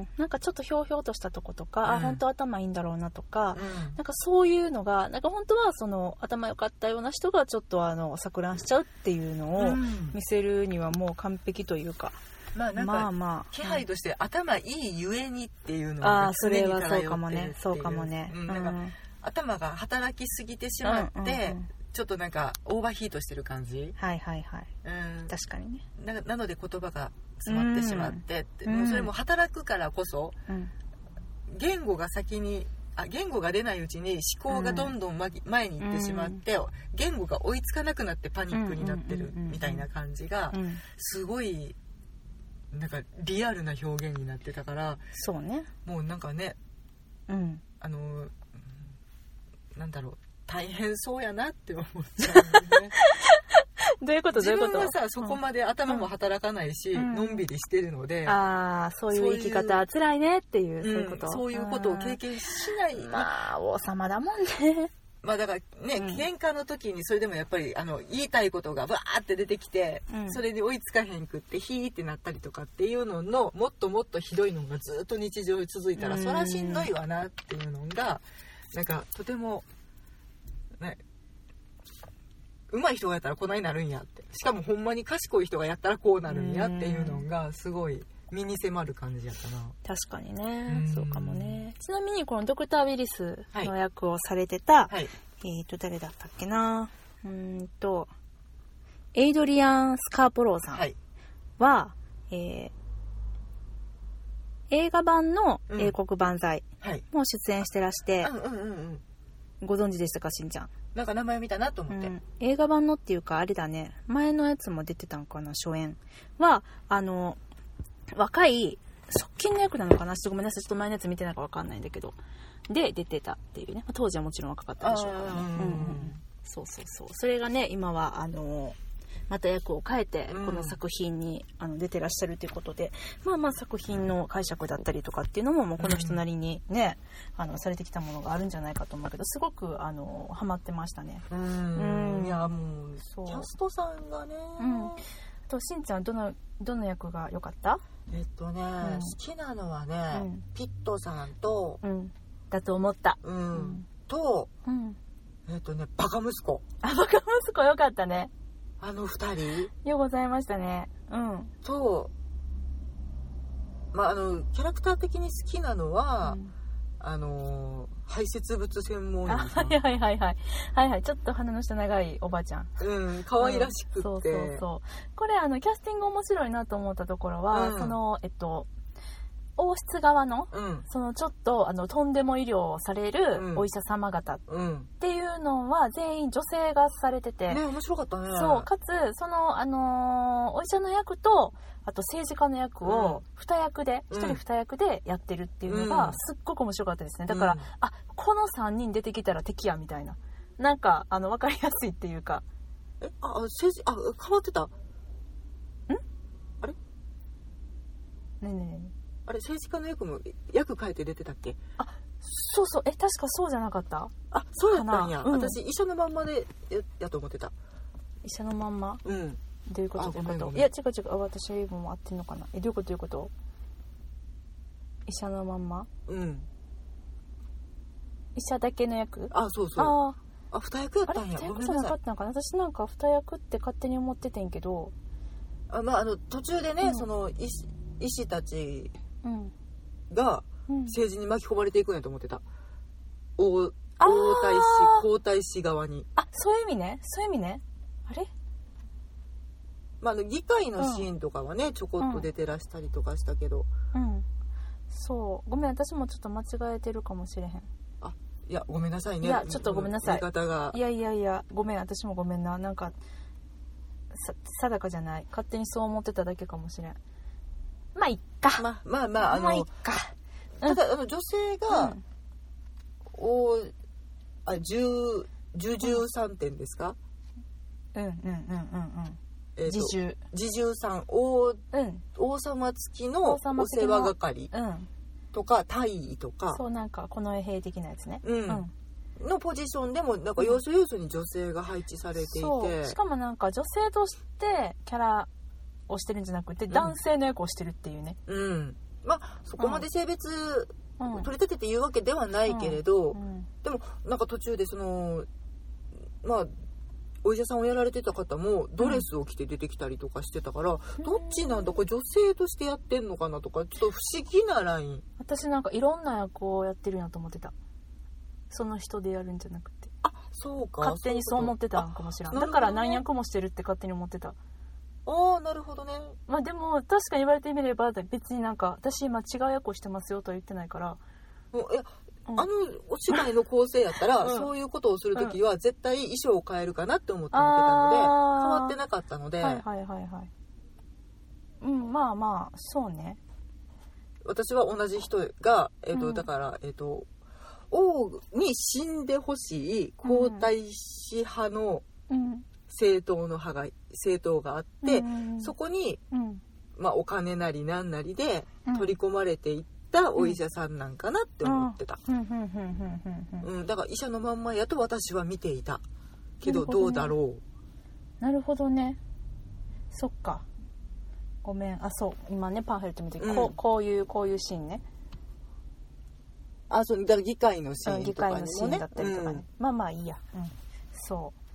なんかちょっとひょうひょうとしたとことか、うん、あ本当頭いいんだろうなとか、うん、なんかそういうのがなんか本当はその頭良かったような人がちょっとあの錯乱しちゃうっていうのを見せるにはもう完璧というか、 まあなんかまあまあ気配として頭いいゆえにっていうのが常に漂ってるっていう、あそれはそうかもねそうかもね、うん、 なんか頭が働きすぎてしまって、うんうんうん、ちょっとなんかオーバーヒートしてる感じ、 はいはいはい、うん、確かにね。 な, なので言葉が詰まってしまってって、うん、もうそれも働くからこそ、うん、言語が先にあ言語が出ないうちに思考がどんどん前に行ってしまって、うん、言語が追いつかなくなってパニックになってるみたいな感じがすごいなんかリアルな表現になってたから、 そうね、 もうなんかね、うん、あのなんだろう大変そうやなって思っちゃうねどういうことどういうこと。 自分はさそこまで頭も働かないし、うん、のんびりしてるので、 ああそういう生き方辛いねっていう、そういうこと、 うん、そういうことを経験しない、 まあ王様だもんねまあだからね、うん、喧嘩の時にそれでもやっぱりあの言いたいことがバーって出てきて、うん、それに追いつかへんくってヒーってなったりとかっていうののもっともっとひどいのがずっと日常に続いたら、うん、そらしんどいわなっていうのがなんかとても、ね、 上手い人がやったらこないなるんやって、しかもほんまに賢い人がやったらこうなるんやっていうのがすごい身に迫る感じやったな。 確かにね、そうかもね。ちなみにこのドクター・ウィリスの役をされてた、はい、えーと誰だったっけな、うーんとエイドリアン・スカーポローさんは、はい、えー、映画版の英国万歳も出演してらして、うんうんうんうん、ご存知でしたか、しんちゃん。 なんか名前見たなと思って、うん、 映画版のっていうかあれだね、前のやつも出てたんかな、初演はあの若い側近の役なのかな、ちょっとごめんなさい、ちょっと前のやつ見てないか分かんないんだけど、で出てたっていうね、当時はもちろん若かったでしょうからね、うんうん、そうそうそう、それがね今はあのまた役を変えてこの作品に、うん、あの出てらっしゃるということで、まあまあ作品の解釈だったりとかっていうのももうこの人なりにね、うん、あのされてきたものがあるんじゃないかと思うけど、すごくあのハマってましたね。 うん、うん、いやもうそうキャストさんがね、 うん、としんちゃんどのどの役が良かった？ えっとね、うん、好きなのはね、うん、ピットさんと、 うん、だと思った、 うんうん、と、うん、えっとねバカ息子。 あ、バカ息子良かったね。 あの二人ようございましたね。うん。 と、まああのキャラクター的に好きなのは、うん、あの排泄物専門員さん。 はいはいはいはいはいはい、ちょっと鼻の下長いおばちゃん。 うん、可愛らしくって。 そうそうそう。これあのキャスティング面白いなと思ったところは、うん、そのえっと。王室側の、うん、そのちょっとあのとんでも医療をされるお医者様方っていうのは全員女性がされてて、 ね、面白かったね。 そう、かつその、あのー、お医者の役とあと政治家の役をに役で、うん、ひとりに役でやってるっていうのがすっごく面白かったですね。だから、うん、あ、このさんにん出てきたら敵やみたいな、なんかあの分かりやすいっていうか。 え、あ、政治、あ、変わってたん？あれ？ねえねえねえ、 あれ政治家の役も役変えて出てたっけ？ あ、そうそう、え、確かそうじゃなかった？ あ、そうやったんや、うん、私医者のまんまで や, やと思ってた。 医者のまんま？ うん。 どういうことどういうこと？いや違う違う、私は英語も合ってんのかな。え、どういうことどういうこと？医者のまんま？ うん。 医者だけの役？ あ、そうそう。 ああ、二役やったんや。 ごめんなさい。なかったのかな。私なんか二役って勝手に思っててんけど。 あ、まああの途中でね、うん、その医師医師たちが政治に巻き込まれていくんやと思ってた。王、王太子、皇太子側に。 あ、そういう意味ね。そういう意味ね。あれ？ まあ、議会のシーンとかはね、うん、ちょこっと出てらしたりとかしたけど。 うん。そう。ごめん、私もちょっと間違えてるかもしれへん。 あ、いや、ごめんなさいね。 いや、ちょっとごめんなさい。 言い方が。 いやいやいや、ごめん、私もごめんな。なんか、さ、定かじゃない。勝手にそう思ってただけかもしれん。まあいっか。 まあまあまあ、あの、 まあいっか。 うん、ただあの女性が、うん、おあ十十十三点ですか？ うんうんうんうんうん。 えー、 自重自重さん王、うん、王様付きのお世話係とか、うん、大尉とか、 そうなんか近衛兵的なやつね。 うん。うん、のポジションでもなんか要所要所に女性が配置されていて、 そう、しかもなんか女性としてキャラをしてるんじゃなくて、男性の役をしてるっていうね。 うん。まあそこまで性別、うん、取り立てて言うわけではないけれど、うんうん、でもなんか途中でそのまあお医者さんをやられてた方もドレスを着て出てきたりとかしてたから、うん、どっちなんだこれ女性としてやってんのかなとかちょっと不思議なライン。 私なんかいろんな役をやってるなと思ってた。その人でやるんじゃなくて。 あ、そうか。 勝手にそう思ってたんかもしれない。だから何役もしてるって勝手に思ってた。 ああ、なるほどね。 まあでも確かに言われてみれば別になんか私今違う役をしてますよとは言ってないから。 もういや、うん、あのお芝居の構成やったら、うん、そういうことをするときは絶対衣装を変えるかなって思って見てたので、変わってなかったので。 はいはいはいはい。うん、まあまあそうね。 私は同じ人がえっ、ー、と、うん、だからえっ、ー、と王に死んでほしい皇太子派の政党の派が政党があって、うん、そこに、うん、まあお金なりなんなりで取り込まれていったお医者さんなんかなって思ってた。だから医者のまんまやと私は見ていたけど、どうだろう。なるほどね。そっか。ごめん。あ、そう。今ねパンフレット見て、うん、こう、こういうこういうシーンね。 あ、そう、だから議会のシーンとかにもね。 議会のシーンだったりとかね。うん、まあまあいいや。うん。そ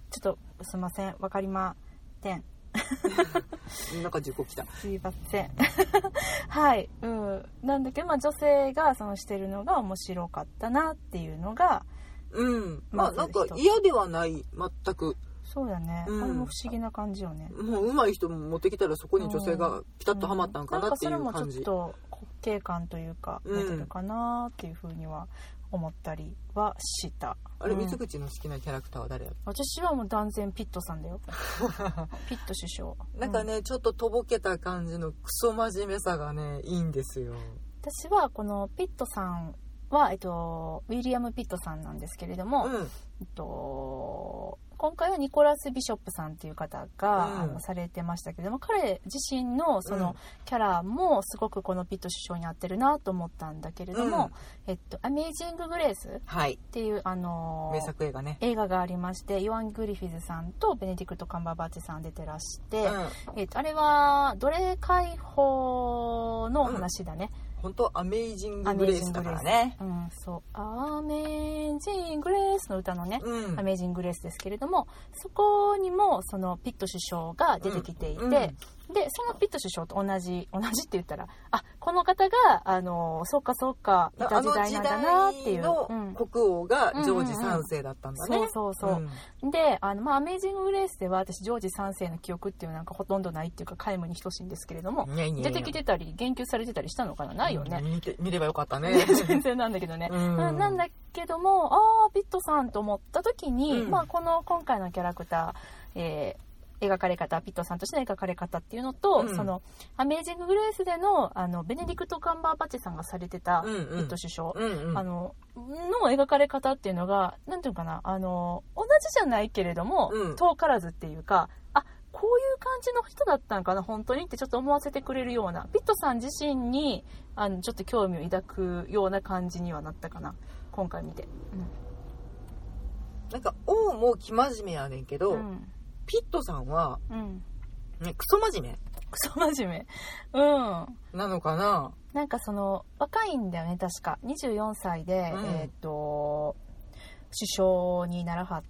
ちょっとすいません、わかりません。 なんか事故来た。 すいません。はい、うん。なんだけど、まあ女性がそのしてるのが面白かったなっていうのが、 うん。まあなんか嫌ではない、全く。 そうだね、うん、あれも不思議な感じよね。 もう上手い人も持ってきたらそこに女性がピタッとはまったんかなっていう感じ、うんうん、なんかそれもちょっと滑稽感というか出てるかなっていうふうには思ったりはした、 うん、あれ水口の好きなキャラクターは誰やろ？ 私はもう断然ピットさんだよ。ピット首相なんかね、うん、ちょっととぼけた感じのクソ真面目さがねいいんですよ。 私はこのピットさんは、えっと、ウィリアム・ピットさんなんですけれども、うん、えっと今回はニコラス・ビショップさんっていう方が、うん、あのされてましたけども、彼自身のそのキャラもすごくこのピット首相に合ってるなと思ったんだけれども、うん、えっと、アメイジング・グレースっていう、はい、あの名作映画ね、 映画がありまして、ヨアン・グリフィズさんとベネディクト・カンバーバッチさん出てらして、うん、えっと、あれは奴隷解放の話だね、 うん、本当アメイジング・グレースだからね、 うん、そうアメイジング・グレースの歌のね、うん、アメイジング・グレースですけれども、そこにもそのピット首相が出てきていて、うんうん、でそのピット首相と同じ同じって言ったら、あ、この方があのそうかそうかいた時代なんだなっていう、 あの時代の国王がジョージさんせいだったんだね、 うんうんうん、そうそうそう、うん、であの、まあ、アメイジング・グレースでは私ジョージさんせいの記憶っていうなんかほとんどないっていうか皆無に等しいんですけれども、いやいやいや出てきてたり言及されてたりしたのかな、ないよね、 うん、見て見ればよかったね。 全然なんだけどね、うん、なんだけども、ああピットさんと思った時に、うん、まあ、この今回のキャラクター、えー描かれ方、ピットさんとしての描かれ方っていうのと、うん、そのアメイジング・グレースで の, あのベネディクト・カンバーバッチさんがされてたピット首相、うんうん、あのの描かれ方っていうのがなんていうかな、あの同じじゃないけれども、うん、遠からずっていうか、あ、こういう感じの人だったんかな本当にってちょっと思わせてくれるような、ピットさん自身にあのちょっと興味を抱くような感じにはなったかな今回見て、うん、 なんか王も生真面目やねんけど、うん、ピットさんは、うんね、クソ真面目クソ真面目うんなのかな。 なんかその若いんだよね、確かにじゅうよんさいで、うん、えっと首相にならはって、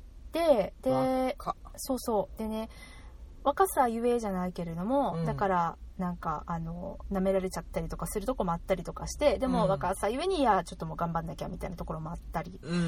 でそうそうでね、若さゆえじゃないけれども、うん、だからなんかあの舐められちゃったりとかするとこもあったりとかして、でも若さゆえにいやちょっともう頑張んなきゃみたいなところもあったり、 うんうんうん、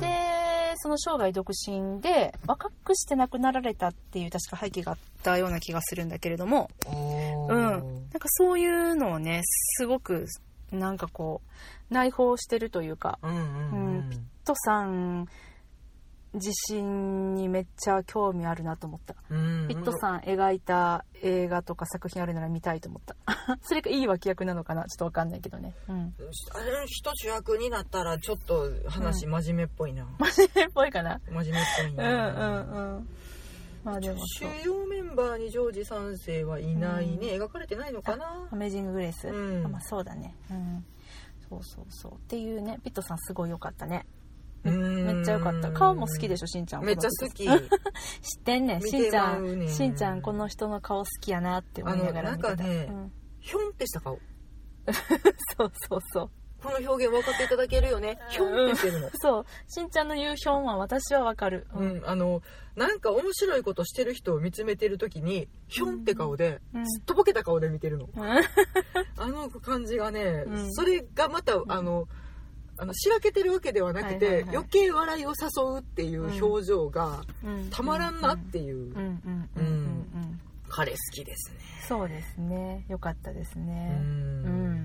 でその生涯独身で若くして亡くなられたっていう確か背景があったような気がするんだけれども、うん、なんかそういうのをねすごくなんかこう内包してるというか、うんうんうんうん、ピットさん自身にめっちゃ興味あるなと思った、うんうん、ピットさん描いた映画とか作品あるなら見たいと思ったそれがいい脇役なのかなちょっと分かんないけどね、うん、 あれ人主役になったらちょっと話真面目っぽいな、うん、 真面目っぽいかな、 真面目っぽいな、 うんうんうん、まあでも主要メンバーにジョージさんせいはいないね、うん、描かれてないのかな。 アメージング・グレース、うん、あ、まあ、そうだね、うん、そうそうそうっていうね。ピットさんすごい良かったね。め, めっちゃ良かった。顔も好きでしょ、しんちゃん。 めっちゃ好き知ってんねん、しんちゃん。しんちゃんこの人の顔好きやなって思いながら見てた。 なんかね、うん、ひょんってした顔そうそうそう、 この表現分かっていただけるよね。ひょんってしてるの、うん、 そう、しんちゃんの言うひょんは私は分かる、 うんうん、あのなんか面白いことしてる人を見つめてる時にひょんって顔で、うん、すっとぼけた顔で見てるの、うん、あの感じがね、うん、それがまた、うん、あのあのしらけてるわけではなくて、はいはいはい、余計笑いを誘うっていう表情がたまらんなっていう彼好きですね。 そうですね、よかったですね。うん、うん、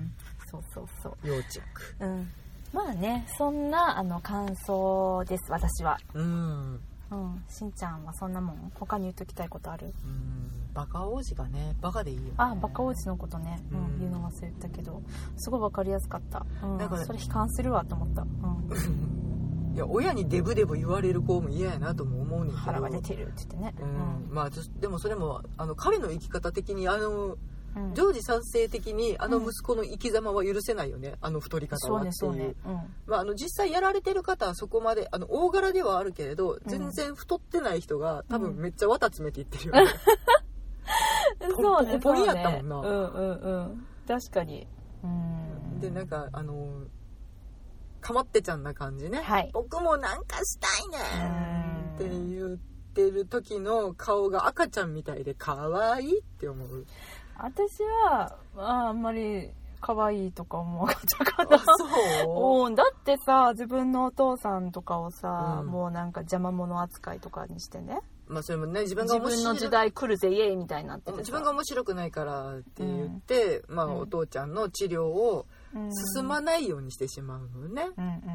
そうそうそう、 要チェック、 うん、まあね、そんなあの感想です私は。うん、うん、しんちゃんはそんなもん。他に言っときたいことある？ うん、バカ王子がね、バカでいいよね。 あ、バカ王子のことね、うん、言うの忘れたけど、すごい分かりやすかった、うん、だからそれ悲観するわと思った、うん、 いや親にデブデブ言われる子も嫌やなとも思うねんけど、 腹が出てるって言ってね、 うんうん、まあでもそれもあの彼の生き方的にあのうん、ジョージさん世的にあの息子の生き様は許せないよね、うん、あの太り方はっていう、そうねそうね、うん、まあ、あの実際やられてる方はそこまであの大柄ではあるけれど、全然太ってない人が多分めっちゃ綿詰めていってるよね、うん、 そうね、 ポポリやったもんな、 うんうんうん、確かに、うん、 でなんかあのかまってちゃんな感じね、 はい、 僕もなんかしたいねって言っってる時の顔が赤ちゃんみたいで可愛いって思う。 私はあんまり可愛いとか思わなかったかな。 そうだってさ、自分のお父さんとかをさ、 うん、 もうなんか邪魔者扱いとかにしてね、 まあそれもね、自分が面白い、 自分の時代来るぜイエーイみたいになっててさ、 自分が面白くないからって言って、うん、まあお父ちゃんの治療を進まないようにしてしまうのね。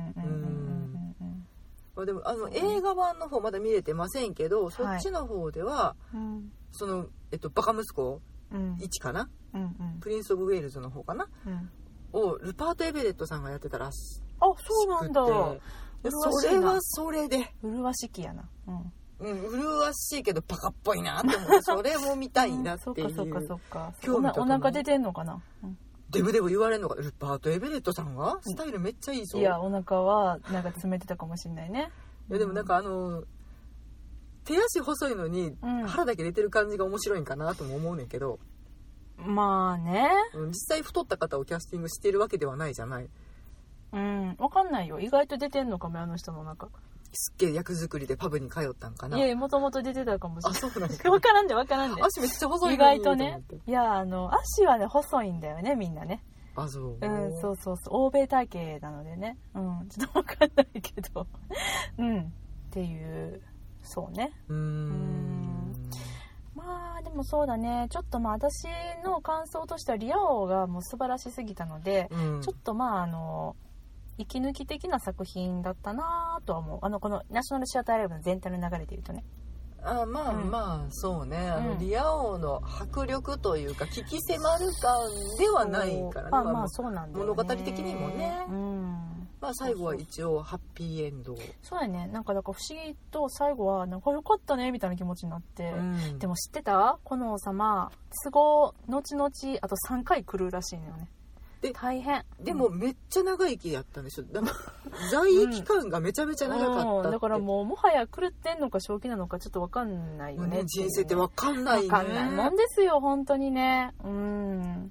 でもあの映画版の方まだ見れてませんけど、そっちの方では、はい、そのえっとバカ息子いちかな、うんうん、プリンスオブウェールズの方かな、うん、をルパート・エベレットさんがやってたらしくて、 あ、そうなんだ。 それはそれで麗しきやな、うんうん、麗しいけどバカっぽいなって思ってそれも見たいなっていう、うん、そっかそっかそっか。お腹出てんのかな、うん、 デブデブ言われるのがルパート・エベレットさんがスタイルめっちゃいいぞ。 いや、お腹はなんか詰めてたかもしれないね。 いやでもなんかあの手足細いのに腹だけ出てる感じが面白いんかなとも思うねんけど、 まあね、 実際太った方をキャスティングしているわけではないじゃない。 うん、分かんないよ。意外と出てんのかも、あの人の中。 すっげえ役作りでパブに通ったんかな。 いやいや、もともと出てたかもしれない。 あ、そうなんか。分からんで分からんで。 足めっちゃ細いのに意外とね。いや、あの足はね細いんだよね、みんなね。 あ、そう。 うん、そうそうそう、欧米体型なのでね。うん、ちょっと分かんないけど、うんっていう、そうね。うーん。うーん、まあでもそうだね、ちょっとまあ私の感想としてはリア王がもう素晴らしすぎたので、うん、ちょっとまああの息抜き的な作品だったなとは思う。あのこのナショナルシアターライブの全体の流れで言うとね。 あ、まあ、うん、まあそうね、あの、うん、リア王の迫力というか聞き迫る感ではないからね。 まあまあそうなんだよね、 物語的にもね、うん、まあ最後は一応ハッピーエンド。 そうやね。なんかだから不思議と最後はなんか良かったねみたいな気持ちになって、うん、でも知ってた？この王様都合後々あとさんかい来るらしいのよね。で大変。 でもめっちゃ長生きやったんでしょ。だから在位期間がめちゃめちゃ長かったって、 うん、だからもうもはや狂ってんのか正気なのかちょっと分かんないよね。 人生って分かんないね。 分かんないもんですよ本当にね。うん。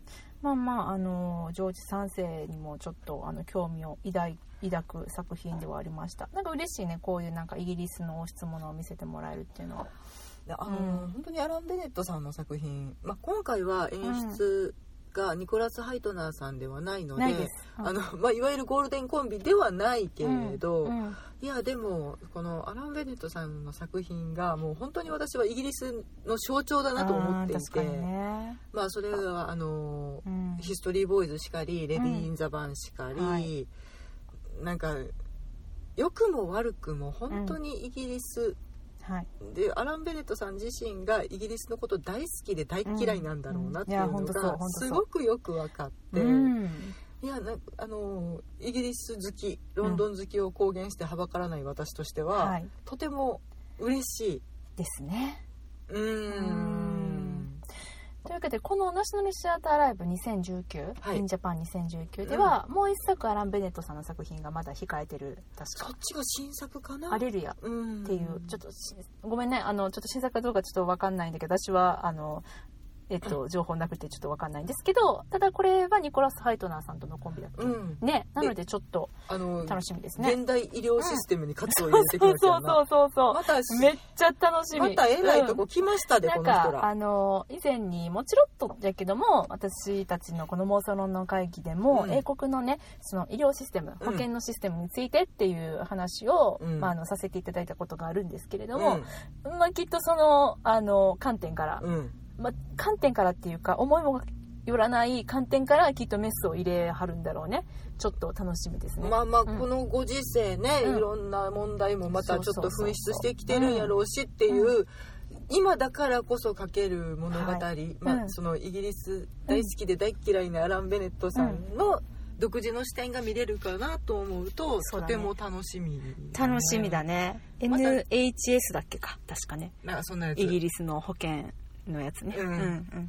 まあまああのジョージさんせいにもちょっとあの興味を抱い抱く作品ではありました。なんか嬉しいね、こういうなんかイギリスの王室ものを見せてもらえるっていうのは。 あの、うん、本当にアラン・ベネットさんの作品、まあ、今回は演出がニコラス・ハイトナーさんではないので、 ないです、うん、 あのまあ、いわゆるゴールデンコンビではないけれど、うんうん、いやでもこのアラン・ベネットさんの作品がもう本当に私はイギリスの象徴だなと思っていて、ね、まあそれはあの、うん、ヒストリーボーイズしかりレディー・イン・ザ・バンしかり、うんはい、なんか良くも悪くも本当にイギリス、うんはい、でアラン・ベネットさん自身がイギリスのこと大好きで大嫌いなんだろうなっていうのがすごくよく分かって、うん、いやなあのイギリス好きロンドン好きを公言してはばからない私としては、うんはい、とても嬉しいですね。 うーんというわけでこのナショナルシアターライブにせんじゅうきゅう、はい、インジャパンにせんじゅうきゅうでは、うん、もう一作アラン・ベネットさんの作品がまだ控えてる。確かそっちが新作かな。 アレルヤっていうちょっとごめんね、あのちょっと新作かどうかちょっと分かんないんだけど私はあのえっと、情報なくてちょっと分かんないんですけど、ただこれはニコラス・ハイトナーさんとのコンビだった、うんね、なのでちょっと楽しみですね。 現代医療システムに活を入れてきますよな、 うん、そうそうそうそう、 まためっちゃ楽しみ。 またえらいとこ来ましたで、うん、この人ら。 あの以前にもちろっとだけども私たちのこの妄想論の会議でも、うん、英国のねその医療システム保険のシステムについてっていう話を、うんまあ、あのさせていただいたことがあるんですけれども、うんまあ、きっとその、あの観点から、うんまあ、観点からっていうか思いもよらない観点からきっとメスを入れはるんだろうね。ちょっと楽しみですね。 まあまあ、うん、このご時世ね、うん、いろんな問題もまたちょっと噴出してきてるんやろうしっていう、うん、今だからこそ書ける物語、はいまあ、そのイギリス大好きで大嫌いなアラン・ベネットさんの独自の視点が見れるかなと思うと、とても楽しみ、ね、 楽しみだね。 エヌエイチエス だっけか確かね、 なんかそんなやつ、 イギリスの保険のやつね、うんうんうん、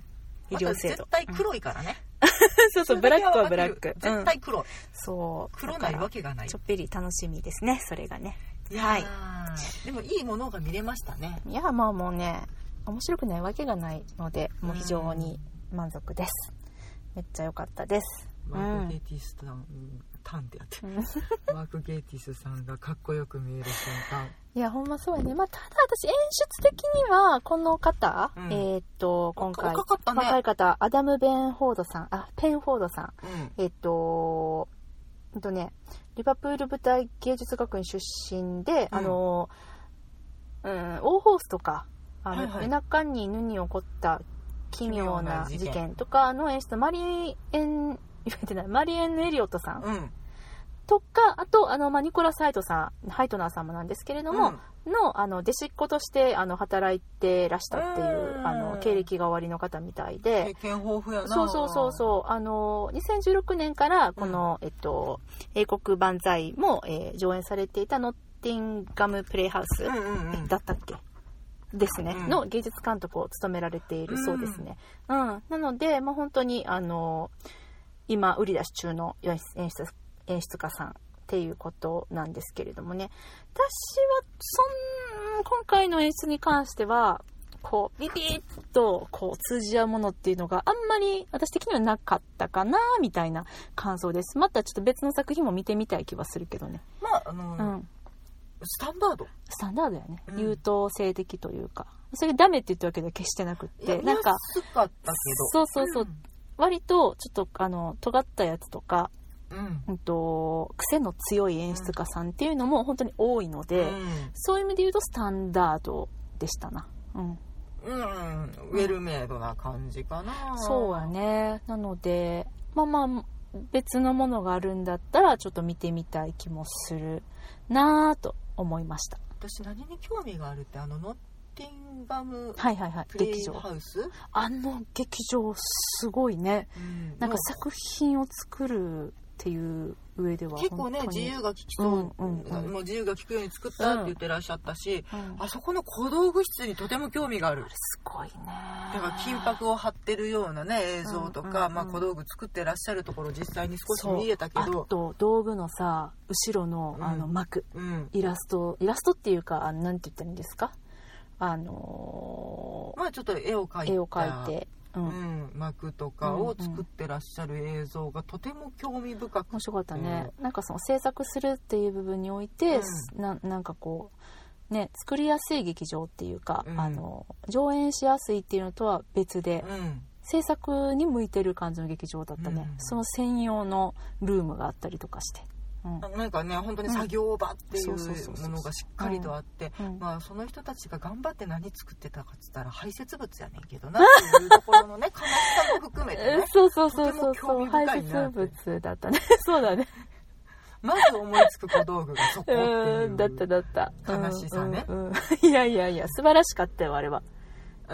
医療制度、 ま、絶対黒いからね、 うん、そうそうブラックはブラック絶対黒い、うん、 そう黒ないわけがない。 ちょっぴり楽しみですねそれがね。 いや、はい、でもいいものが見れましたね。 いやまあもうね面白くないわけがないのでもう非常に満足です、うん、めっちゃ良かったです。 マーク・ゲイティスさん、うん、タンってやって、うん、マーク・ゲイティスさんがかっこよく見える瞬間。 いやほんまそうやね。まあ、ただ私演出的にはこの方、うん、えー、っと今回若かったね、 若い方アダム・ベンフォードさんあペンフォードさん、うん、えー、っとえっとねリバプール舞台芸術学院出身で、うん、あの、うん、オーホースとかあの、はいはい、夜中に犬に起こった奇妙な事件とかの演出、マリエン言えてないマリエン・エリオットさん、うん、とかあとあの、まあ、ニコラス・ハイトさんハイトナーさんもなんですけれども、うん、の, あの弟子っ子としてあの働いてらしたっていうあの経歴がおありの方みたいで、 経験豊富やな。 そうそうそうそうあのにせんじゅうろくねんからこの、うん、えっと、英国万歳も、えー、上演されていたノッティンガムプレイハウス、うんうんうん、だったっけですね、うん、の芸術監督を務められているそうですね、うんうん、なので、まあ、本当にあの今売り出し中の演出、演出家さんっていうことなんですけれどもね、私はそん今回の演出に関してはこうビビッとこう通じ合うものっていうのがあんまり私的にはなかったかなみたいな感想です。またちょっと別の作品も見てみたい気はするけどね。 まああのーうんスタンダードスタンダードやね、うん、優等生的というかそれがダメって言ったわけでは決してなくってなんか安かったけどそうそうそう、うん、割とちょっとあの尖ったやつとか、うんうん、と癖の強い演出家さんっていうのも本当に多いので、うん、そういう意味で言うとスタンダードでしたな。うんうん、ウェルメイドな感じかな、 うん、そうやね。なのでまあまあ別のものがあるんだったらちょっと見てみたい気もするなぁと思いました。 私何に興味があるってあのノッティンガムはいはいはいプレイハウス、 あの劇場すごいね、うん、なんか作品を作るっていう上では結構ね自由が利きそう、うんうんうん、もう自由が利くように作ったって言ってらっしゃったし、うん、あそこの小道具室にとても興味がある。あれすごいね。 だから金箔を貼ってるようなね映像とか、うんうんうん、まあ、小道具作ってらっしゃるところ実際に少し見えたけど、 あと道具のさ後ろのあの幕、うん、イラストイラストっていうかなんて言ったらいいんですか、あのー、まあちょっと絵を描いて絵を描いてうんうん、幕とかを作ってらっしゃる映像がとても興味深くて、 面白かったね。なんかその制作するっていう部分において、うん、な, なんかこうね作りやすい劇場っていうか、うん、あの上演しやすいっていうのとは別で、うん、制作に向いてる感じの劇場だったね、うん、その専用のルームがあったりとかして、うん、 なんかね本当に作業場っていうものがしっかりとあって、まあその人たちが頑張って何作ってたかっつったら排泄物やねんけどなっていうところのね悲しさも含めてねそうそうそうそうそう排泄物だったねそうだねまず思いつく小道具がそこっていうだっただった悲しさね、 うんうんうん、いやいやいや素晴らしかったよあれは。 うん、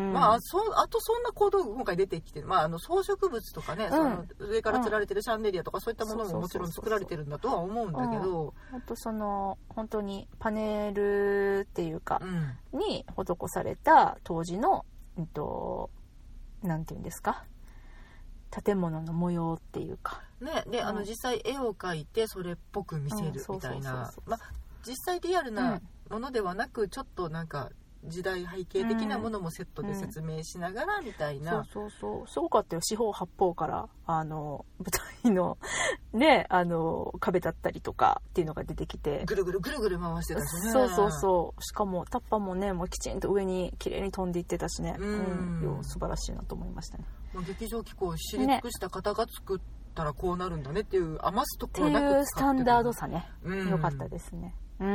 まあそあとそんな小道具今回出てきてる、まあ、あの装飾物とかね、うん、その上から吊られてるシャンデリアとかそういったものももちろん作られてるんだとは思うんだけど、 あとその本当にパネルっていうか、うん、に施された当時の、うんと、なんていうんですか建物の模様っていうか、 ね、で、うん、あの実際絵を描いてそれっぽく見せるみたいな、実際リアルなものではなくちょっとなんか時代背景的なものもセットで説明しながらみたいな、 うんうん、そうそうそうすごかったよ。四方八方からあの舞台のねあの壁だったりとかっていうのが出てきてぐるぐるぐるぐる回してたしね。 そうそうそうしかもタッパもねもうきちんと上に綺麗に飛んでいってたしね、うん、うん、素晴らしいなと思いましたね。 まあ、劇場機構を知り尽くした方が作ったらこうなるんだねっていう余すところなくっていうスタンダードさね、うん、よかったですね。うん、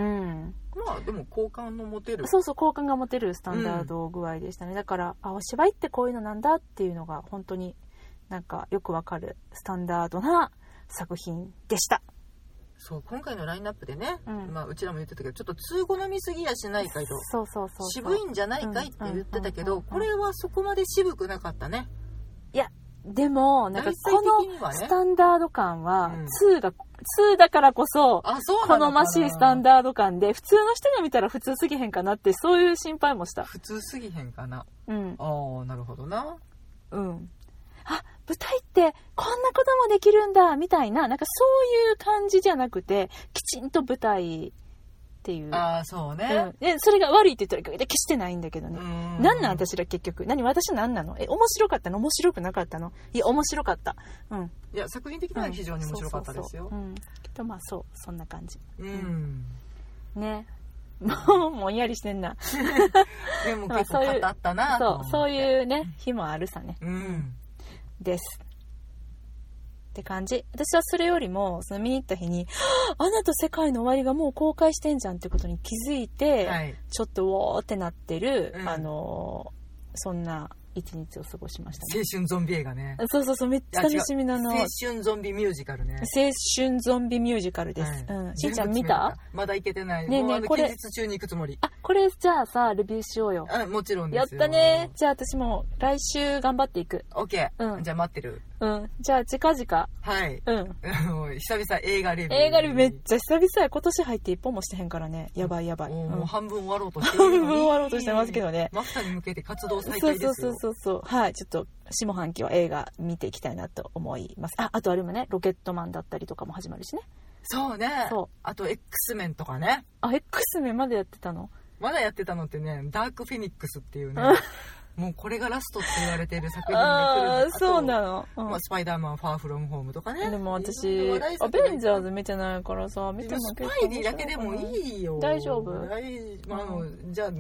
まあでも好感の持てるそうそう好感が持てるスタンダード具合でしたね、うん、だからあお芝居ってこういうのなんだっていうのが本当になんかよくわかるスタンダードな作品でした。 そう今回のラインナップでね、うんまあ、うちらも言ってたけどちょっと通好みすぎやしないかとそうそうそう渋いんじゃないかいって言ってたけど、これはそこまで渋くなかったね。 いやでもなんかこのスタンダード感はツーが、ツーだからこそ好ましいスタンダード感で普通の人が見たら普通すぎへんかなってそういう心配もした。 普通すぎへんかな。 うん。 ああなるほどな。 うん。あ舞台ってこんなこともできるんだみたいななんかそういう感じじゃなくてきちんと舞台っていう。 ああ、そうね、 うん。で、それが悪いって言ったら決してないんだけどね。んなんなん私ら結局。何私なんなの？え、面白かったの？面白くなかったの？いや、面白かった。うん。 いや、作品的には非常に面白かったですよ。 うん。けどまあそう、そんな感じ。 うん。 ね。もう、もんやりしてんな。 でも結構語ったなと思って。 そう、そういうね、日もあるさね。 うん。 です。って感じ。私はそれよりもその見に行った日にアナと世界の終わりがもう公開してんじゃんってことに気づいて、はい、ちょっとウォーってなってる、うん、あのそんな一日を過ごしました、 ね、青春ゾンビ映画ね。 そうそうそう、めっちゃ楽しみなの。 青春ゾンビミュージカルね。 青春ゾンビミュージカルです、はい、うん。しんちゃん見た？ まだ行けてない。ねえねえ、これ近日中に行くつもり。 あ、これじゃあさレビューしようよ。 あ、もちろんですよ。 やったね。じゃあ私も来週頑張っていく。 オッケー、うん、じゃあ待ってる。 うん。じゃあ近々。 はい。 うん。 久々映画レビュー。 映画レビューめっちゃ久々や。今年入って一本もしてへんからね。やばいやばい。 うん、もう半分終わろうとしてるのに。 半分終わろうとしてますけどね。 マスターに向けて活動再開ですよ。 そうそうそうそう。はい。ちょっと下半期は映画見ていきたいなと思います。あ、あとあれもね、ロケットマンだったりとかも始まるしね。 そうね。そう。あと X メンとかね。 あ、X メンまでやってたの？ まだやってたのってね、ダークフェニックスっていうね。もうこれがラストって言われている作品が来る。 ああ、そうなの、 うん、まあ、スパイダーマンファーフロムホームとかね。 でも私アベンジャーズ見てないからさ、見てもスパイディだけでもいいよ。 大丈夫？ 大、まあ、うん、じゃあ、うん、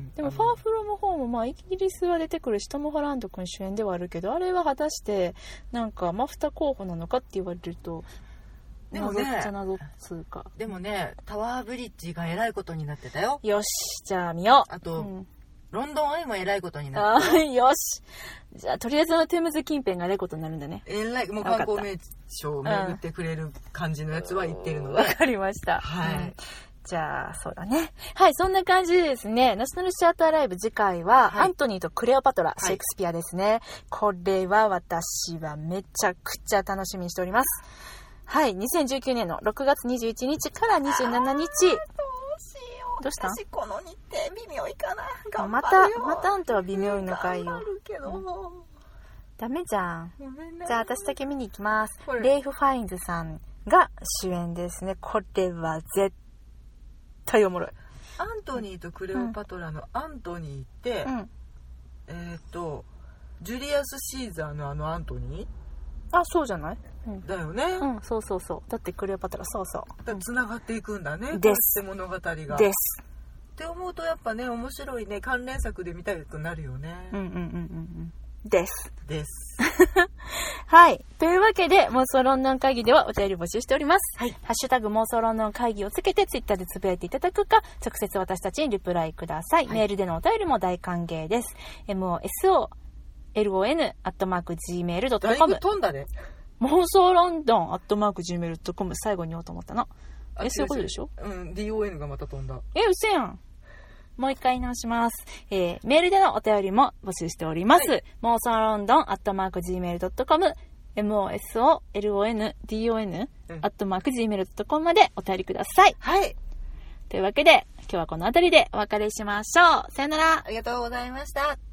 でもファーフロムホーム、まあイギリスは出てくるしトム・ホランド君主演ではあるけど、あれは果たしてなんかマフタ候補なのかって言われるとでもね、 謎っちゃ謎っつうか。 でもね、タワーブリッジがえらいことになってたよ。 よし、じゃあ見よう。 あと、うん、ロンドンアイもえらいことになってたよ。よし、じゃあとりあえずのテムズ近辺がえらいことになるんだね。 えらい、もう観光名所を巡ってくれる感じのやつは言ってるので、 わかりました。 はい、うん、 じゃあそうだね。はい、そんな感じでですね、ナショナルシアターライブ次回は、はい、アントニーとクレオパトラ、シェイクスピアですね、はい、これは私はめちゃくちゃ楽しみにしております。はい、にせんじゅうきゅうねんのろくがつにじゅういちにちからにじゅうしちにち。どうしよう。どうした？ 私この日程微妙いかな。頑張るよ。またまたあんたは微妙いのかいよ。 頑張るけど、うん、 ダメじゃん。じゃあ私だけ見に行きます。レイフ・ファインズさんが主演ですね。これは絶対おもろい。 アントニーとクレオパトラのアントニーって、うん、えっとジュリアス・シーザーのあのアントニー？ あ、そうじゃない？うん、 だよね。 うん、そうそうそう。だってクレオパトラ、そうそう。 だつながっていくんだね。 です。 こうやって物語が。 です。 って思うとやっぱね、面白いね、関連作で見たくなるよね。 うんうんうんうんうんです。 です。 はい。というわけで、妄想ロンドン会議ではお便り募集しております。 はい。 ハッシュタグ妄想ロンドン会議をつけてツイッターでつぶやいていただくか、直接私たちにリプライください。はい、メールでのお便りも大歓迎です。エムオーエスオーエルオーエヌ アットマーク ジーメール ドットコム。 だいぶ飛んだね。 妄想ロンドンアットマーク ジーメール ドットコム 最後に言おうと思ったの。え、そういうことでしょ？ うん、ディーオーエヌ がまた飛んだ。 え、嘘やん。もう一回直します。えー、メールでのお便りも募集しております。はい、妄想ロンドンアットマーク ジーメール ドットコム エムオーエスオーエルオーエヌディーオーエヌ アットマーク ジーメール ドットコム までお便りください。 はい。 というわけで、今日はこの辺りでお別れしましょう。さよなら。 ありがとうございました。